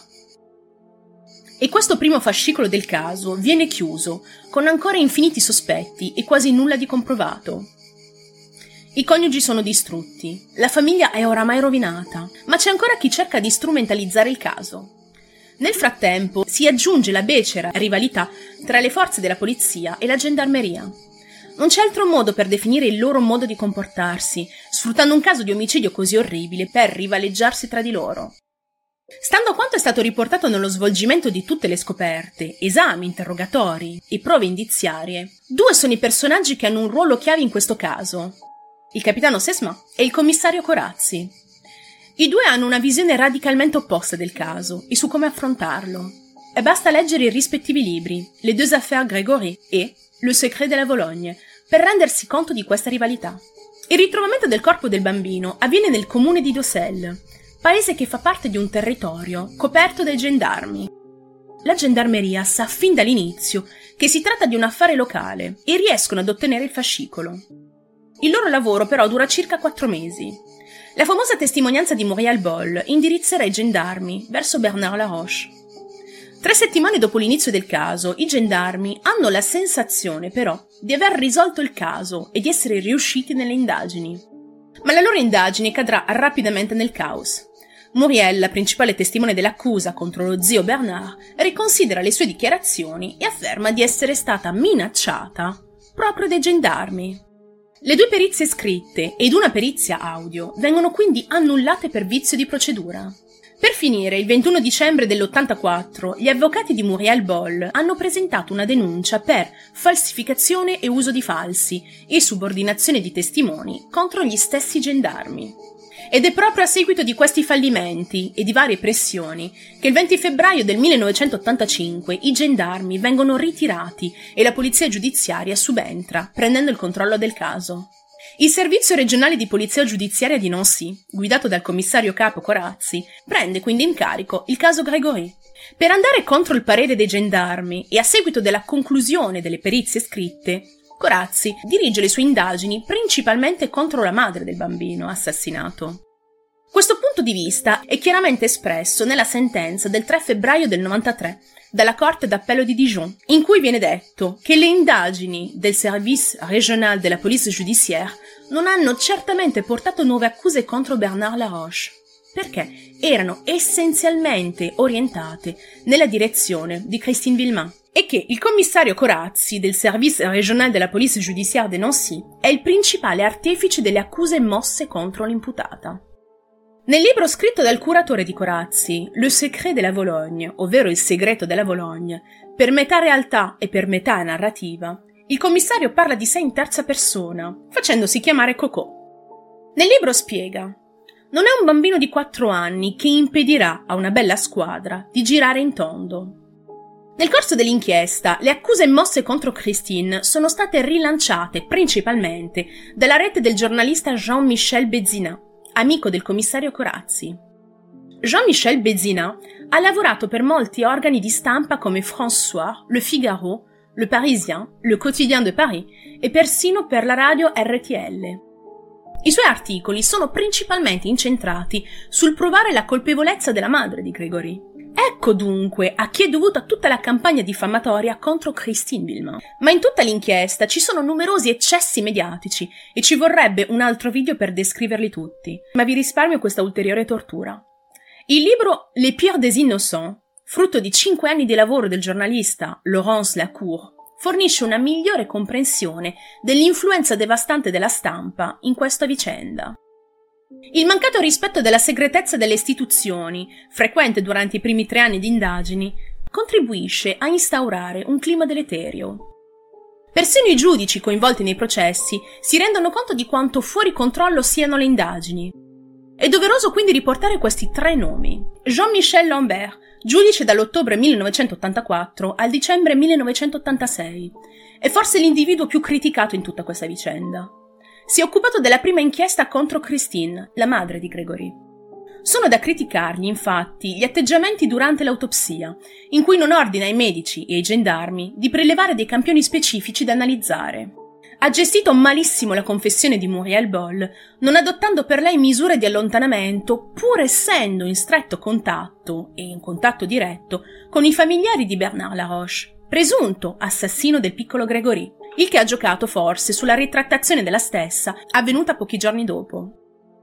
E questo primo fascicolo del caso viene chiuso, con ancora infiniti sospetti e quasi nulla di comprovato. I coniugi sono distrutti, la famiglia è oramai rovinata, ma c'è ancora chi cerca di strumentalizzare il caso. Nel frattempo si aggiunge la becera rivalità tra le forze della polizia e la gendarmeria. Non c'è altro modo per definire il loro modo di comportarsi, sfruttando un caso di omicidio così orribile per rivaleggiarsi tra di loro. Stando a quanto è stato riportato nello svolgimento di tutte le scoperte, esami, interrogatori e prove indiziarie, due sono i personaggi che hanno un ruolo chiave in questo caso: il capitano Sesma e il commissario Corazzi. I due hanno una visione radicalmente opposta del caso e su come affrontarlo. E basta leggere i rispettivi libri, Les deux affaires Grégory e Le secret de la Vologne, per rendersi conto di questa rivalità. Il ritrovamento del corpo del bambino avviene nel comune di Docelles, paese che fa parte di un territorio coperto dai gendarmi. La gendarmeria sa fin dall'inizio che si tratta di un affare locale e riescono ad ottenere il fascicolo. Il loro lavoro però dura circa quattro mesi. La famosa testimonianza di Muriel Boll indirizzerà i gendarmi verso Bernard Laroche. Tre settimane dopo l'inizio del caso, i gendarmi hanno la sensazione però di aver risolto il caso e di essere riusciti nelle indagini. Ma la loro indagine cadrà rapidamente nel caos. Muriel, la principale testimone dell'accusa contro lo zio Bernard, riconsidera le sue dichiarazioni e afferma di essere stata minacciata proprio dai gendarmi. Le due perizie scritte ed una perizia audio vengono quindi annullate per vizio di procedura. Per finire, il ventuno dicembre dell'ottantaquattro, gli avvocati di Muriel Boll hanno presentato una denuncia per falsificazione e uso di falsi e subordinazione di testimoni contro gli stessi gendarmi. Ed è proprio a seguito di questi fallimenti e di varie pressioni che il venti febbraio del millenovecentottantacinque i gendarmi vengono ritirati e la polizia giudiziaria subentra, prendendo il controllo del caso. Il servizio regionale di polizia giudiziaria di Nancy, guidato dal commissario capo Corazzi, prende quindi in carico il caso Grégory. Per andare contro il parere dei gendarmi e a seguito della conclusione delle perizie scritte, Corazzi dirige le sue indagini principalmente contro la madre del bambino assassinato. Questo punto di vista è chiaramente espresso nella sentenza del tre febbraio del novantatré dalla Corte d'Appello di Dijon, in cui viene detto che le indagini del Service Régional de la Police Judiciaire non hanno certamente portato nuove accuse contro Bernard Laroche, perché erano essenzialmente orientate nella direzione di Christine Villemain, e che il commissario Corazzi del Service Régional de la Police Judiciaire de Nancy è il principale artefice delle accuse mosse contro l'imputata. Nel libro scritto dal curatore di Corazzi, Le secret de la Vologne, ovvero Il segreto della Vologne, per metà realtà e per metà narrativa, il commissario parla di sé in terza persona, facendosi chiamare Coco. Nel libro spiega: non è un bambino di quattro anni che impedirà a una bella squadra di girare in tondo. Nel corso dell'inchiesta, le accuse mosse contro Christine sono state rilanciate principalmente dalla rete del giornalista Jean-Michel Bézina, amico del commissario Corazzi. Jean-Michel Bézina ha lavorato per molti organi di stampa come François, Le Figaro, Le Parisien, Le Quotidien de Paris e persino per la radio R T L. I suoi articoli sono principalmente incentrati sul provare la colpevolezza della madre di Grégory. Ecco dunque a chi è dovuta tutta la campagna diffamatoria contro Christine Villemain. Ma in tutta l'inchiesta ci sono numerosi eccessi mediatici e ci vorrebbe un altro video per descriverli tutti, ma vi risparmio questa ulteriore tortura. Il libro Les Pires des Innocents, frutto di cinque anni di lavoro del giornalista Laurence Lacour, fornisce una migliore comprensione dell'influenza devastante della stampa in questa vicenda. Il mancato rispetto della segretezza delle istituzioni, frequente durante i primi tre anni di indagini, contribuisce a instaurare un clima deleterio. Persino i giudici coinvolti nei processi si rendono conto di quanto fuori controllo siano le indagini. È doveroso quindi riportare questi tre nomi. Jean-Michel Lambert, giudice dall'ottobre millenovecentottantaquattro al dicembre millenovecentottantasei, è forse l'individuo più criticato in tutta questa vicenda. Si è occupato della prima inchiesta contro Christine, la madre di Grégory. Sono da criticargli, infatti, gli atteggiamenti durante l'autopsia, in cui non ordina ai medici e ai gendarmi di prelevare dei campioni specifici da analizzare. Ha gestito malissimo la confessione di Muriel Boll, non adottando per lei misure di allontanamento, pur essendo in stretto contatto, e in contatto diretto, con i familiari di Bernard Laroche, presunto assassino del piccolo Grégory, il che ha giocato forse sulla ritrattazione della stessa, avvenuta pochi giorni dopo.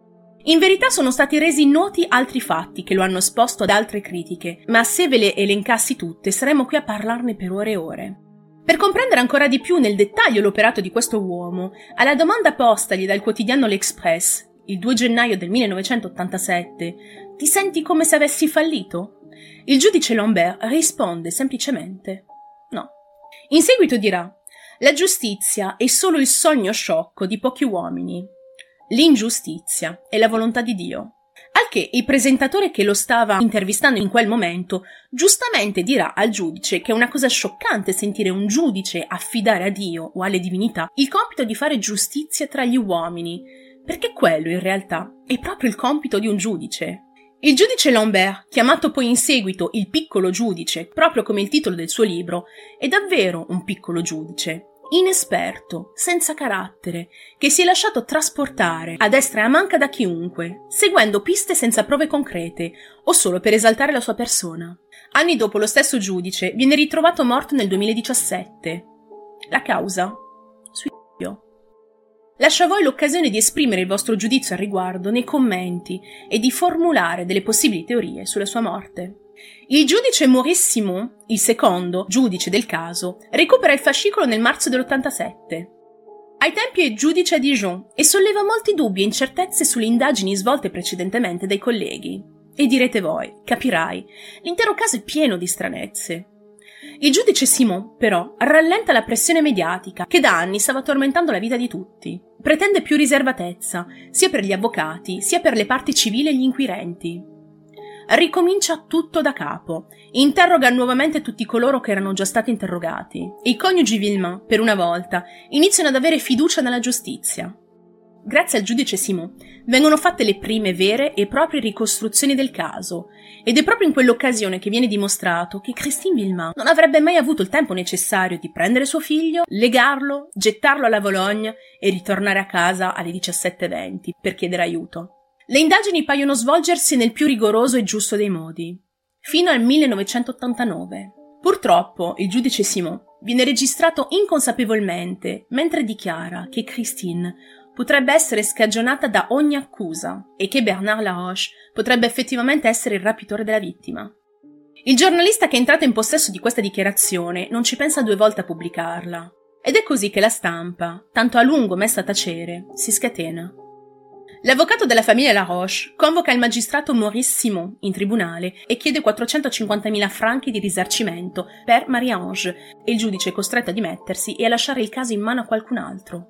In verità sono stati resi noti altri fatti che lo hanno esposto ad altre critiche, ma se ve le elencassi tutte saremmo qui a parlarne per ore e ore. Per comprendere ancora di più nel dettaglio l'operato di questo uomo, alla domanda postagli dal quotidiano L'Express, il due gennaio del millenovecentottantasette, «Ti senti come se avessi fallito?» Il giudice Lambert risponde semplicemente «No». In seguito dirà «La giustizia è solo il sogno sciocco di pochi uomini. L'ingiustizia è la volontà di Dio». Al che il presentatore che lo stava intervistando in quel momento giustamente dirà al giudice che è una cosa scioccante sentire un giudice affidare a Dio o alle divinità il compito di fare giustizia tra gli uomini, perché quello in realtà è proprio il compito di un giudice. Il giudice Lambert, chiamato poi in seguito il piccolo giudice, proprio come il titolo del suo libro, è davvero un piccolo giudice, inesperto, senza carattere, che si è lasciato trasportare a destra e a manca da chiunque, seguendo piste senza prove concrete o solo per esaltare la sua persona. Anni dopo lo stesso giudice viene ritrovato morto nel duemiladiciassette. La causa? Suicidio. Lascio a voi l'occasione di esprimere il vostro giudizio al riguardo nei commenti e di formulare delle possibili teorie sulla sua morte. Il giudice Maurice Simon, il secondo giudice del caso, recupera il fascicolo nel marzo dell'ottantasette. Ai tempi è giudice a Dijon e solleva molti dubbi e incertezze sulle indagini svolte precedentemente dai colleghi. E direte voi, capirai, l'intero caso è pieno di stranezze. Il giudice Simon, però, rallenta la pressione mediatica che da anni stava tormentando la vita di tutti. Pretende più riservatezza, sia per gli avvocati, sia per le parti civili e gli inquirenti. Ricomincia tutto da capo, interroga nuovamente tutti coloro che erano già stati interrogati. I coniugi Villemain, per una volta, iniziano ad avere fiducia nella giustizia. Grazie al giudice Simon vengono fatte le prime vere e proprie ricostruzioni del caso, ed è proprio in quell'occasione che viene dimostrato che Christine Villemain non avrebbe mai avuto il tempo necessario di prendere suo figlio, legarlo, gettarlo alla Vologne e ritornare a casa alle diciassette e venti per chiedere aiuto. Le indagini paiono svolgersi nel più rigoroso e giusto dei modi, fino al millenovecentottantanove. Purtroppo il giudice Simon viene registrato inconsapevolmente mentre dichiara che Christine potrebbe essere scagionata da ogni accusa e che Bernard Laroche potrebbe effettivamente essere il rapitore della vittima. Il giornalista che è entrato in possesso di questa dichiarazione non ci pensa due volte a pubblicarla, ed è così che la stampa, tanto a lungo messa a tacere, si scatena. L'avvocato della famiglia Laroche convoca il magistrato Maurice Simon in tribunale e chiede quattrocentocinquantamila franchi di risarcimento per Marie-Ange e il giudice è costretto a dimettersi e a lasciare il caso in mano a qualcun altro.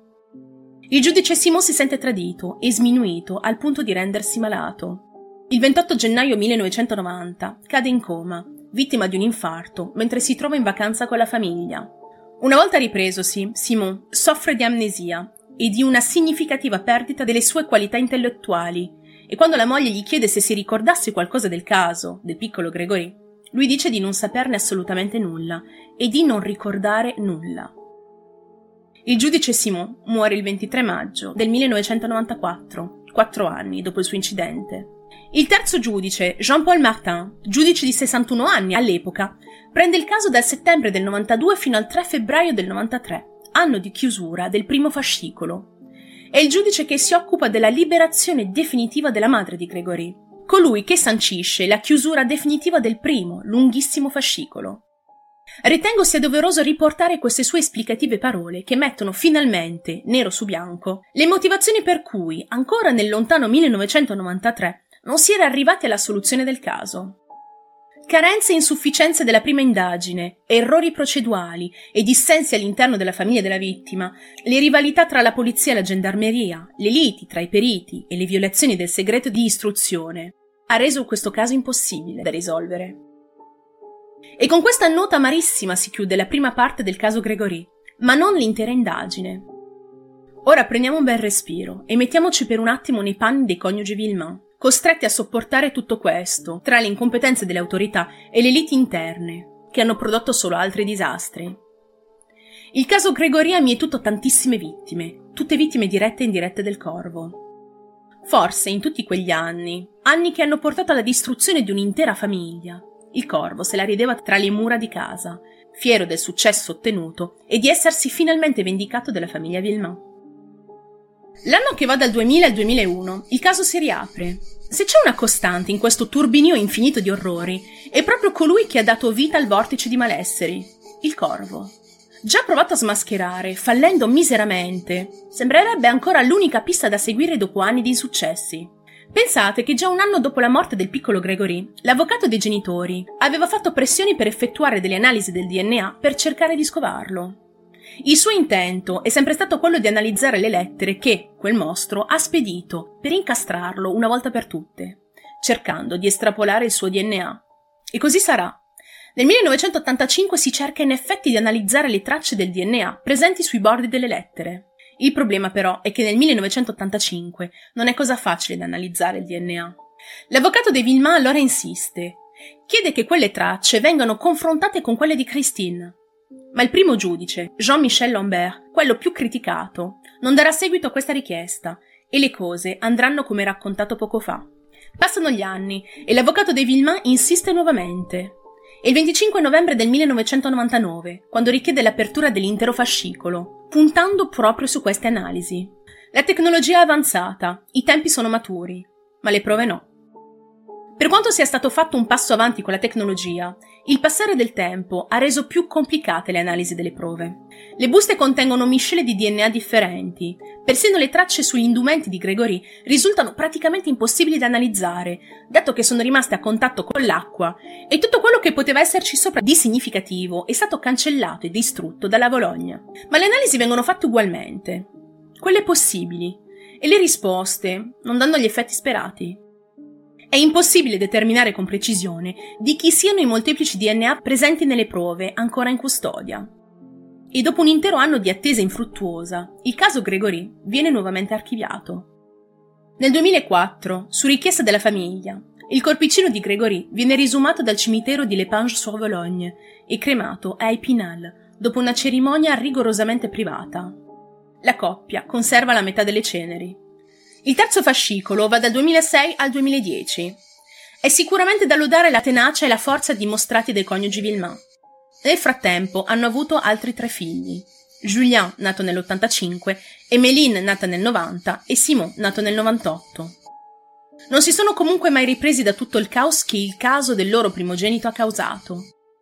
Il giudice Simon si sente tradito e sminuito al punto di rendersi malato. Il ventotto gennaio millenovecentonovanta cade in coma, vittima di un infarto, mentre si trova in vacanza con la famiglia. Una volta ripresosi, Simon soffre di amnesia e di una significativa perdita delle sue qualità intellettuali, e quando la moglie gli chiede se si ricordasse qualcosa del caso del piccolo Grégory, lui dice di non saperne assolutamente nulla e di non ricordare nulla. Il giudice Simon muore il ventitré maggio del millenovecentonovantaquattro, quattro anni dopo il suo incidente. Il terzo giudice, Jean-Paul Martin, giudice di sessantuno anni all'epoca, prende il caso dal settembre del novantadue fino al tre febbraio del novantatré, anno di chiusura del primo fascicolo. È il giudice che si occupa della liberazione definitiva della madre di Grégory, colui che sancisce la chiusura definitiva del primo, lunghissimo fascicolo. Ritengo sia doveroso riportare queste sue esplicative parole che mettono finalmente, nero su bianco, le motivazioni per cui, ancora nel lontano millenovecentonovantatré, non si era arrivati alla soluzione del caso. Carenze e insufficienze della prima indagine, errori procedurali e dissensi all'interno della famiglia della vittima, le rivalità tra la polizia e la gendarmeria, le liti tra i periti e le violazioni del segreto di istruzione, ha reso questo caso impossibile da risolvere. E con questa nota amarissima si chiude la prima parte del caso Grégory, ma non l'intera indagine. Ora prendiamo un bel respiro e mettiamoci per un attimo nei panni dei coniugi Villemain, costretti a sopportare tutto questo, tra le incompetenze delle autorità e le liti interne, che hanno prodotto solo altri disastri. Il caso Grégory ha mietuto tantissime vittime, tutte vittime dirette e indirette del corvo. Forse in tutti quegli anni, anni che hanno portato alla distruzione di un'intera famiglia, il corvo se la rideva tra le mura di casa, fiero del successo ottenuto e di essersi finalmente vendicato della famiglia Villemain. L'anno che va dal duemila al duemilauno, il caso si riapre. Se c'è una costante in questo turbinio infinito di orrori, è proprio colui che ha dato vita al vortice di malesseri, il corvo. Già provato a smascherare, fallendo miseramente, sembrerebbe ancora l'unica pista da seguire dopo anni di insuccessi. Pensate che già un anno dopo la morte del piccolo Grégory, l'avvocato dei genitori aveva fatto pressioni per effettuare delle analisi del D N A per cercare di scovarlo. Il suo intento è sempre stato quello di analizzare le lettere che quel mostro ha spedito per incastrarlo una volta per tutte, cercando di estrapolare il suo D N A. E così sarà. Nel millenovecentottantacinque si cerca in effetti di analizzare le tracce del D N A presenti sui bordi delle lettere. Il problema però è che nel millenovecentottantacinque non è cosa facile da analizzare il D N A. L'avvocato dei Villemain allora insiste. Chiede che quelle tracce vengano confrontate con quelle di Christine. Ma il primo giudice, Jean-Michel Lambert, quello più criticato, non darà seguito a questa richiesta e le cose andranno come raccontato poco fa. Passano gli anni e l'avvocato dei Villemain insiste nuovamente. È il venticinque novembre del millenovecentonovantanove, quando richiede l'apertura dell'intero fascicolo, puntando proprio su queste analisi. La tecnologia è avanzata, i tempi sono maturi, ma le prove no. Per quanto sia stato fatto un passo avanti con la tecnologia, il passare del tempo ha reso più complicate le analisi delle prove. Le buste contengono miscele di D N A differenti, persino le tracce sugli indumenti di Grégory risultano praticamente impossibili da analizzare, dato che sono rimaste a contatto con l'acqua e tutto quello che poteva esserci sopra di significativo è stato cancellato e distrutto dalla Bologna. Ma le analisi vengono fatte ugualmente, quelle possibili, e le risposte non danno gli effetti sperati. È impossibile determinare con precisione di chi siano i molteplici D N A presenti nelle prove ancora in custodia. E dopo un intero anno di attesa infruttuosa, il caso Grégory viene nuovamente archiviato. Nel duemilaquattro, su richiesta della famiglia, il corpicino di Grégory viene risumato dal cimitero di L'Épinge-sur-Vologne e cremato a Épinal dopo una cerimonia rigorosamente privata. La coppia conserva la metà delle ceneri. Il terzo fascicolo va dal duemilasei al duemiladieci. È sicuramente da lodare la tenacia e la forza dimostrati dai coniugi Villemain. Nel frattempo hanno avuto altri tre figli. Julien, nato nell'ottantacinque, Emeline, nata nel novanta, e Simon, nato nel novantotto. Non si sono comunque mai ripresi da tutto il caos che il caso del loro primogenito ha causato.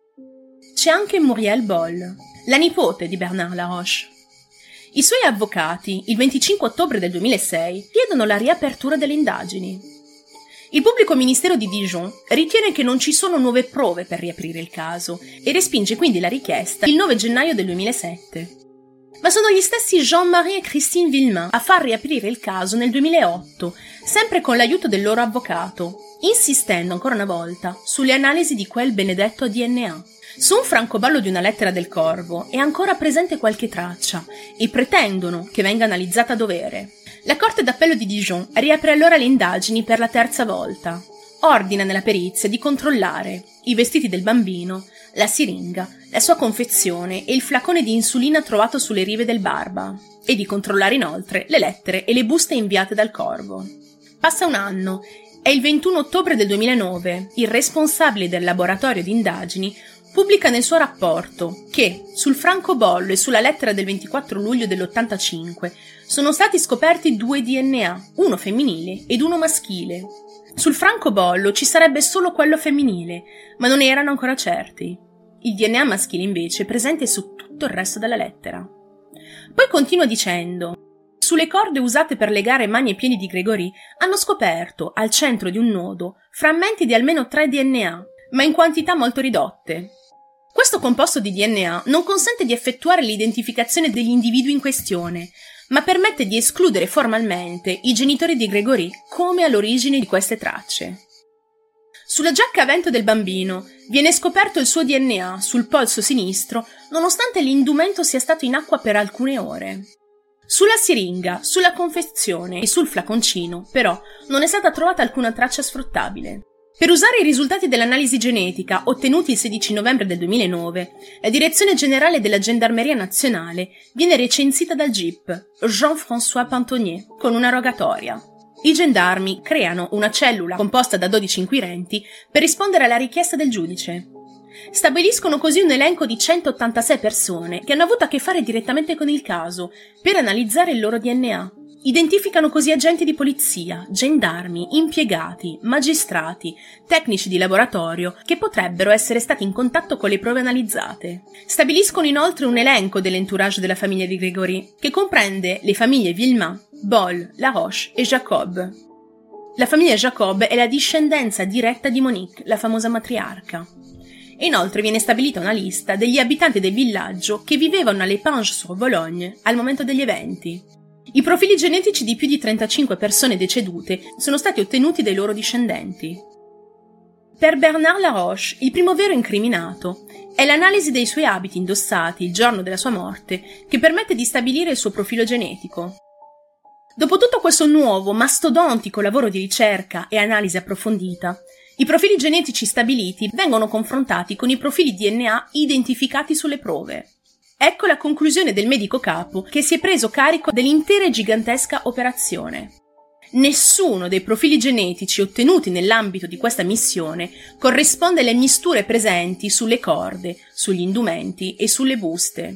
C'è anche Muriel Boll, la nipote di Bernard Laroche. I suoi avvocati, il venticinque ottobre del duemilasei, chiedono la riapertura delle indagini. Il pubblico ministero di Dijon ritiene che non ci sono nuove prove per riaprire il caso e respinge quindi la richiesta il nove gennaio del duemilasette. Ma sono gli stessi Jean-Marie e Christine Villemain a far riaprire il caso nel duemilaotto, sempre con l'aiuto del loro avvocato, insistendo ancora una volta sulle analisi di quel benedetto D N A. Su un francoballo di una lettera del corvo è ancora presente qualche traccia e pretendono che venga analizzata a dovere. La Corte d'Appello di Dijon riapre allora le indagini per la terza volta. Ordina nella perizia di controllare i vestiti del bambino la siringa, la sua confezione e il flacone di insulina trovato sulle rive del Barba, e di controllare inoltre le lettere e le buste inviate dal Corvo. Passa un anno e il ventuno ottobre del duemilanove il responsabile del laboratorio di indagini pubblica nel suo rapporto che sul francobollo e sulla lettera del ventiquattro luglio dell'ottantacinque sono stati scoperti due D N A, uno femminile ed uno maschile. Sul francobollo ci sarebbe solo quello femminile, ma non erano ancora certi. Il D N A maschile invece è presente su tutto il resto della lettera. Poi continua dicendo: sulle corde usate per legare mani e piedi di Grégory hanno scoperto, al centro di un nodo, frammenti di almeno tre D N A, ma in quantità molto ridotte. Questo composto di D N A non consente di effettuare l'identificazione degli individui in questione, ma permette di escludere formalmente i genitori di Grégory come all'origine di queste tracce. Sulla giacca a vento del bambino viene scoperto il suo D N A sul polso sinistro, nonostante l'indumento sia stato in acqua per alcune ore. Sulla siringa, sulla confezione e sul flaconcino, però, non è stata trovata alcuna traccia sfruttabile. Per usare i risultati dell'analisi genetica ottenuti il sedici novembre del duemilanove, la Direzione Generale della Gendarmeria Nazionale viene recensita dal G I P, Jean-François Pantonier, con una rogatoria. I gendarmi creano una cellula composta da dodici inquirenti per rispondere alla richiesta del giudice. Stabiliscono così un elenco di centottantasei persone che hanno avuto a che fare direttamente con il caso per analizzare il loro D N A. Identificano così agenti di polizia, gendarmi, impiegati, magistrati, tecnici di laboratorio che potrebbero essere stati in contatto con le prove analizzate. Stabiliscono inoltre un elenco dell'entourage della famiglia di Grégory, che comprende le famiglie Villemain, Boll, Laroche e Jacob. La famiglia Jacob è la discendenza diretta di Monique, la famosa matriarca. E inoltre viene stabilita una lista degli abitanti del villaggio che vivevano a L'Épange-sur-Vologne al momento degli eventi. I profili genetici di più di trentacinque persone decedute sono stati ottenuti dai loro discendenti. Per Bernard Laroche, il primo vero incriminato, è l'analisi dei suoi abiti indossati il giorno della sua morte che permette di stabilire il suo profilo genetico. Dopo tutto questo nuovo, mastodontico lavoro di ricerca e analisi approfondita, i profili genetici stabiliti vengono confrontati con i profili D N A identificati sulle prove. Ecco la conclusione del medico capo che si è preso carico dell'intera e gigantesca operazione. Nessuno dei profili genetici ottenuti nell'ambito di questa missione corrisponde alle misture presenti sulle corde, sugli indumenti e sulle buste.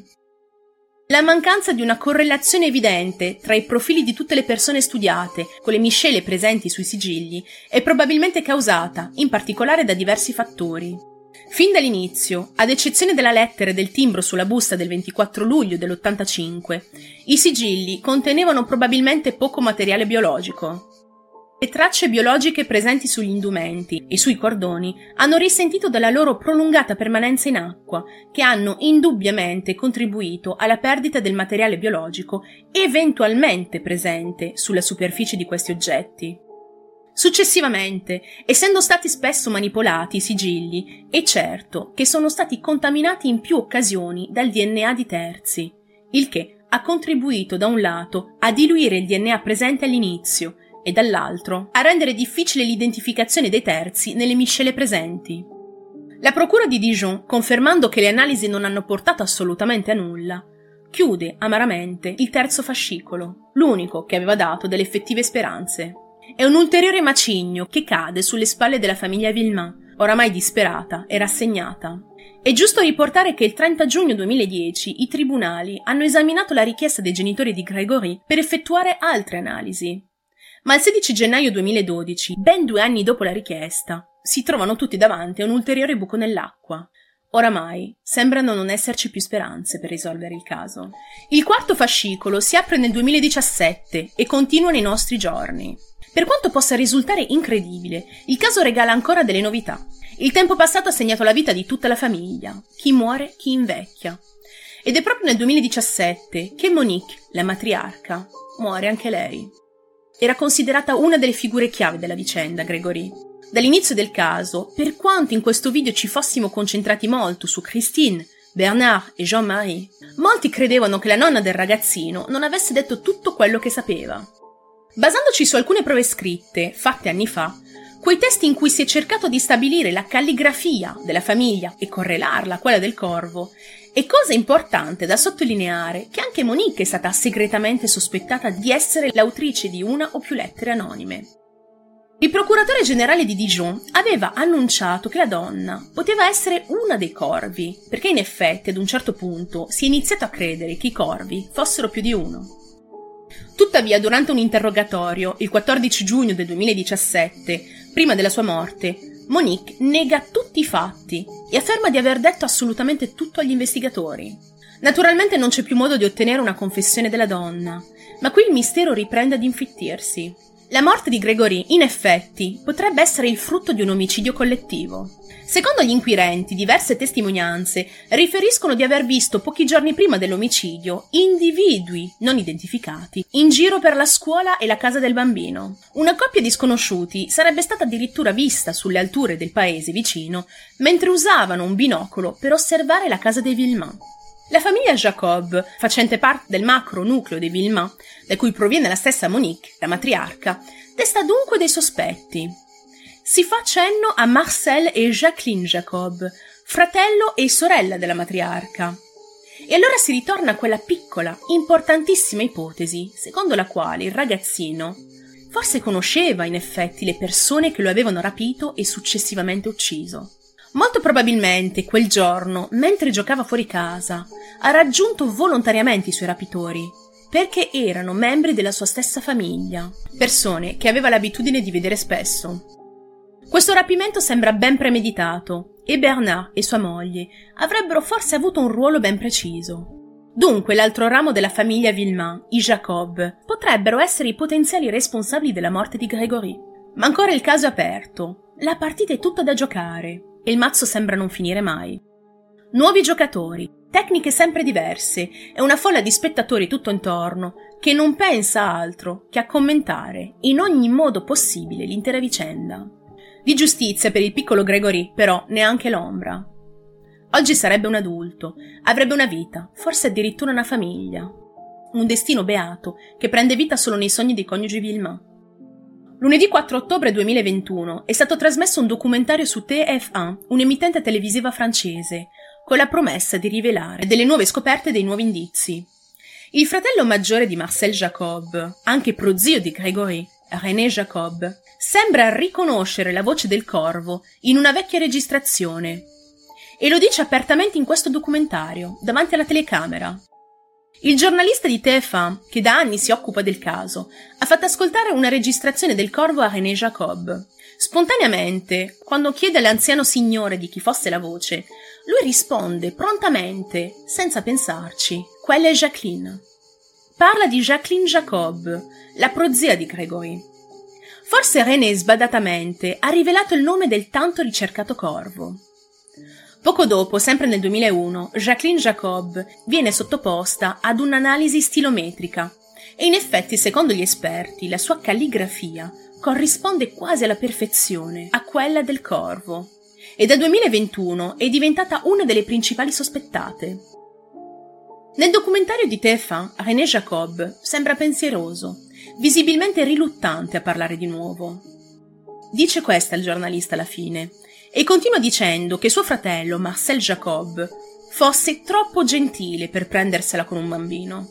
La mancanza di una correlazione evidente tra i profili di tutte le persone studiate con le miscele presenti sui sigilli è probabilmente causata, in particolare, da diversi fattori. Fin dall'inizio, ad eccezione della lettera e del timbro sulla busta del ventiquattro luglio dell'ottantacinque, i sigilli contenevano probabilmente poco materiale biologico. Le tracce biologiche presenti sugli indumenti e sui cordoni hanno risentito della loro prolungata permanenza in acqua, che hanno indubbiamente contribuito alla perdita del materiale biologico eventualmente presente sulla superficie di questi oggetti. Successivamente, essendo stati spesso manipolati i sigilli, è certo che sono stati contaminati in più occasioni dal D N A di terzi, il che ha contribuito da un lato a diluire il D N A presente all'inizio e dall'altro a rendere difficile l'identificazione dei terzi nelle miscele presenti. La procura di Dijon, confermando che le analisi non hanno portato assolutamente a nulla, chiude amaramente il terzo fascicolo, l'unico che aveva dato delle effettive speranze. È un ulteriore macigno che cade sulle spalle della famiglia Villemain, oramai disperata e rassegnata. È giusto riportare che il trenta giugno duemiladieci i tribunali hanno esaminato la richiesta dei genitori di Grégory per effettuare altre analisi. Ma il sedici gennaio duemiladodici, ben due anni dopo la richiesta, si trovano tutti davanti a un ulteriore buco nell'acqua. Oramai sembrano non esserci più speranze per risolvere il caso. Il quarto fascicolo si apre nel duemiladiciassette e continua nei nostri giorni. Per quanto possa risultare incredibile, il caso regala ancora delle novità. Il tempo passato ha segnato la vita di tutta la famiglia, chi muore, chi invecchia. Ed è proprio nel duemiladiciassette che Monique, la matriarca, muore anche lei. Era considerata una delle figure chiave della vicenda Grégory. Dall'inizio del caso, per quanto in questo video ci fossimo concentrati molto su Christine, Bernard e Jean-Marie, molti credevano che la nonna del ragazzino non avesse detto tutto quello che sapeva. Basandoci su alcune prove scritte, fatte anni fa, Quei testi in cui si è cercato di stabilire la calligrafia della famiglia e correlarla a quella del corvo. E cosa importante da sottolineare, che anche Monique è stata segretamente sospettata di essere l'autrice di una o più lettere anonime. Il procuratore generale di Dijon aveva annunciato che la donna poteva essere una dei corvi, perché in effetti ad un certo punto si è iniziato a credere che i corvi fossero più di uno. Tuttavia, durante un interrogatorio, il quattordici giugno del duemiladiciassette, prima della sua morte, Monique nega tutti i fatti e afferma di aver detto assolutamente tutto agli investigatori. Naturalmente non c'è più modo di ottenere una confessione della donna, ma qui il mistero riprende ad infittirsi. La morte di Grégory, in effetti, potrebbe essere il frutto di un omicidio collettivo. Secondo gli inquirenti, diverse testimonianze riferiscono di aver visto pochi giorni prima dell'omicidio individui non identificati in giro per la scuola e la casa del bambino. Una coppia di sconosciuti sarebbe stata addirittura vista sulle alture del paese vicino mentre usavano un binocolo per osservare la casa dei Villemain. La famiglia Jacob, facente parte del macro nucleo dei Villemain, da cui proviene la stessa Monique, la matriarca, desta dunque dei sospetti. Si fa cenno a Marcel e Jacqueline Jacob, fratello e sorella della matriarca. E allora si ritorna a quella piccola, importantissima ipotesi, secondo la quale il ragazzino forse conosceva in effetti le persone che lo avevano rapito e successivamente ucciso. Molto probabilmente quel giorno, mentre giocava fuori casa, ha raggiunto volontariamente i suoi rapitori, perché erano membri della sua stessa famiglia, persone che aveva l'abitudine di vedere spesso. Questo rapimento sembra ben premeditato e Bernard e sua moglie avrebbero forse avuto un ruolo ben preciso. Dunque l'altro ramo della famiglia Villemain, i Jacob, potrebbero essere i potenziali responsabili della morte di Grégory. Ma ancora il caso è aperto, la partita è tutta da giocare e il mazzo sembra non finire mai. Nuovi giocatori, tecniche sempre diverse e una folla di spettatori tutto intorno che non pensa altro che a commentare in ogni modo possibile l'intera vicenda. Di giustizia per il piccolo Grégory, però, neanche l'ombra. Oggi sarebbe un adulto, avrebbe una vita, forse addirittura una famiglia. Un destino beato che prende vita solo nei sogni dei coniugi Villemain. Lunedì quattro ottobre duemilaventuno è stato trasmesso un documentario su T F uno, un'emittente televisiva francese, con la promessa di rivelare delle nuove scoperte e dei nuovi indizi. Il fratello maggiore di Marcel Jacob, anche prozio di Grégory, René Jacob, sembra riconoscere la voce del corvo in una vecchia registrazione e lo dice apertamente in questo documentario, davanti alla telecamera. Il giornalista di T F uno, che da anni si occupa del caso, ha fatto ascoltare una registrazione del corvo a René Jacob. Spontaneamente, quando chiede all'anziano signore di chi fosse la voce, lui risponde prontamente, senza pensarci, quella è Jacqueline. Parla di Jacqueline Jacob, la prozia di Grégory. Forse René sbadatamente ha rivelato il nome del tanto ricercato corvo. Poco dopo, sempre nel duemilauno, Jacqueline Jacob viene sottoposta ad un'analisi stilometrica e in effetti, secondo gli esperti, la sua calligrafia corrisponde quasi alla perfezione a quella del corvo e dal duemilaventuno è diventata una delle principali sospettate. Nel documentario di T F uno, René Jacob sembra pensieroso, visibilmente riluttante a parlare di nuovo. Dice questa il giornalista alla fine, e continua dicendo che suo fratello, Marcel Jacob, fosse troppo gentile per prendersela con un bambino.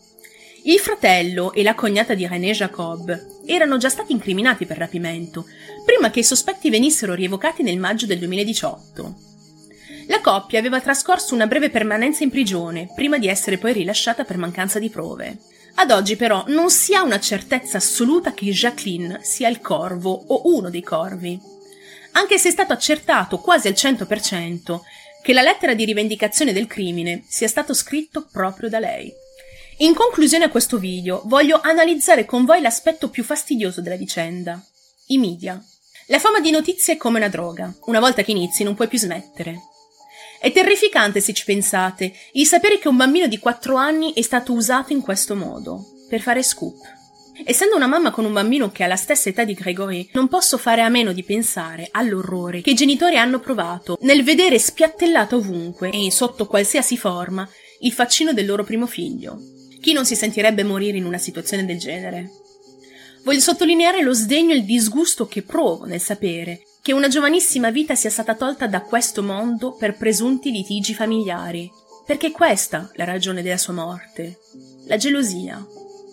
Il fratello e la cognata di René Jacob erano già stati incriminati per rapimento, prima che i sospetti venissero rievocati nel maggio del duemiladiciotto. La coppia aveva trascorso una breve permanenza in prigione, prima di essere poi rilasciata per mancanza di prove. Ad oggi però non si ha una certezza assoluta che Jacqueline sia il corvo o uno dei corvi, anche se è stato accertato quasi al cento per cento che la lettera di rivendicazione del crimine sia stato scritto proprio da lei. In conclusione a questo video voglio analizzare con voi l'aspetto più fastidioso della vicenda: i media. La fama di notizie è come una droga, una volta che inizi non puoi più smettere. È terrificante, se ci pensate, il sapere che un bambino di quattro anni è stato usato in questo modo, per fare scoop. Essendo una mamma con un bambino che ha la stessa età di Grégory, non posso fare a meno di pensare all'orrore che i genitori hanno provato nel vedere spiattellato ovunque e sotto qualsiasi forma il faccino del loro primo figlio. Chi non si sentirebbe morire in una situazione del genere? Voglio sottolineare lo sdegno e il disgusto che provo nel sapere che una giovanissima vita sia stata tolta da questo mondo per presunti litigi familiari, perché è questa la ragione della sua morte, la gelosia.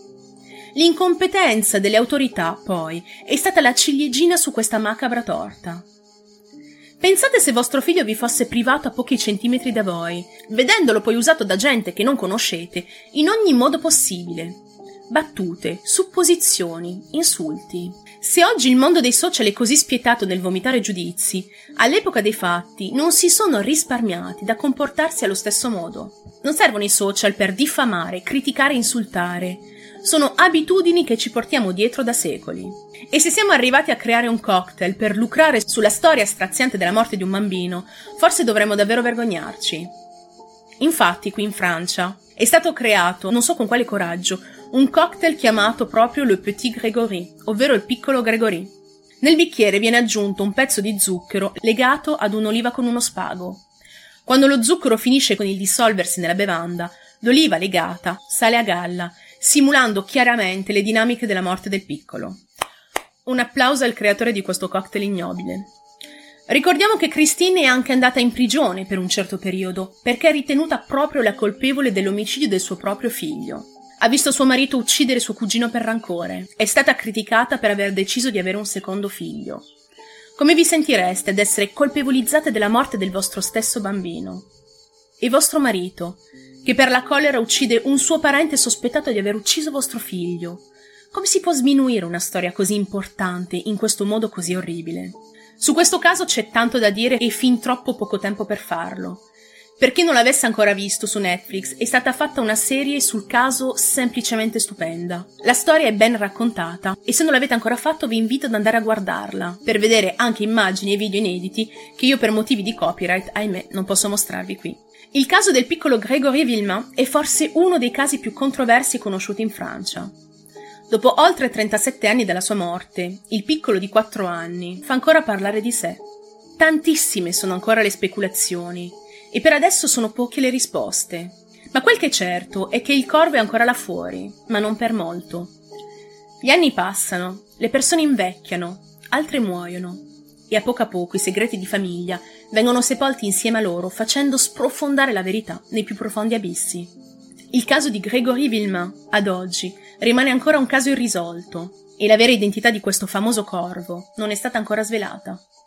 L'incompetenza delle autorità, poi, è stata la ciliegina su questa macabra torta. Pensate se vostro figlio vi fosse privato a pochi centimetri da voi, vedendolo poi usato da gente che non conoscete in ogni modo possibile. Battute, supposizioni, insulti. Se oggi il mondo dei social è così spietato nel vomitare giudizi, all'epoca dei fatti non si sono risparmiati da comportarsi allo stesso modo. Non servono i social per diffamare, criticare e insultare. Sono abitudini che ci portiamo dietro da secoli. E se siamo arrivati a creare un cocktail per lucrare sulla storia straziante della morte di un bambino, forse dovremmo davvero vergognarci. Infatti, qui in Francia, è stato creato, non so con quale coraggio, un cocktail chiamato proprio le Petit Grégory, ovvero il piccolo Grégory. Nel bicchiere viene aggiunto un pezzo di zucchero legato ad un'oliva con uno spago. Quando lo zucchero finisce con il dissolversi nella bevanda, l'oliva legata sale a galla, simulando chiaramente le dinamiche della morte del piccolo. Un applauso al creatore di questo cocktail ignobile. Ricordiamo che Christine è anche andata in prigione per un certo periodo, perché è ritenuta proprio la colpevole dell'omicidio del suo proprio figlio. Ha visto suo marito uccidere suo cugino per rancore. È stata criticata per aver deciso di avere un secondo figlio. Come vi sentireste ad essere colpevolizzate della morte del vostro stesso bambino? E vostro marito, che per la collera uccide un suo parente sospettato di aver ucciso vostro figlio? Come si può sminuire una storia così importante in questo modo così orribile? Su questo caso c'è tanto da dire e fin troppo poco tempo per farlo. Per chi non l'avesse ancora visto, su Netflix è stata fatta una serie sul caso semplicemente stupenda. La storia è ben raccontata e se non l'avete ancora fatto vi invito ad andare a guardarla per vedere anche immagini e video inediti che io per motivi di copyright, ahimè, non posso mostrarvi qui. Il caso del piccolo Grégory Villemain è forse uno dei casi più controversi e conosciuti in Francia. Dopo oltre trentasette anni dalla sua morte, il piccolo di quattro anni fa ancora parlare di sé. Tantissime sono ancora le speculazioni e per adesso sono poche le risposte. Ma quel che è certo è che il corvo è ancora là fuori, ma non per molto. Gli anni passano, le persone invecchiano, altre muoiono e a poco a poco i segreti di famiglia vengono sepolti insieme a loro, facendo sprofondare la verità nei più profondi abissi. Il caso di Grégory Villemain, ad oggi, rimane ancora un caso irrisolto e la vera identità di questo famoso corvo non è stata ancora svelata.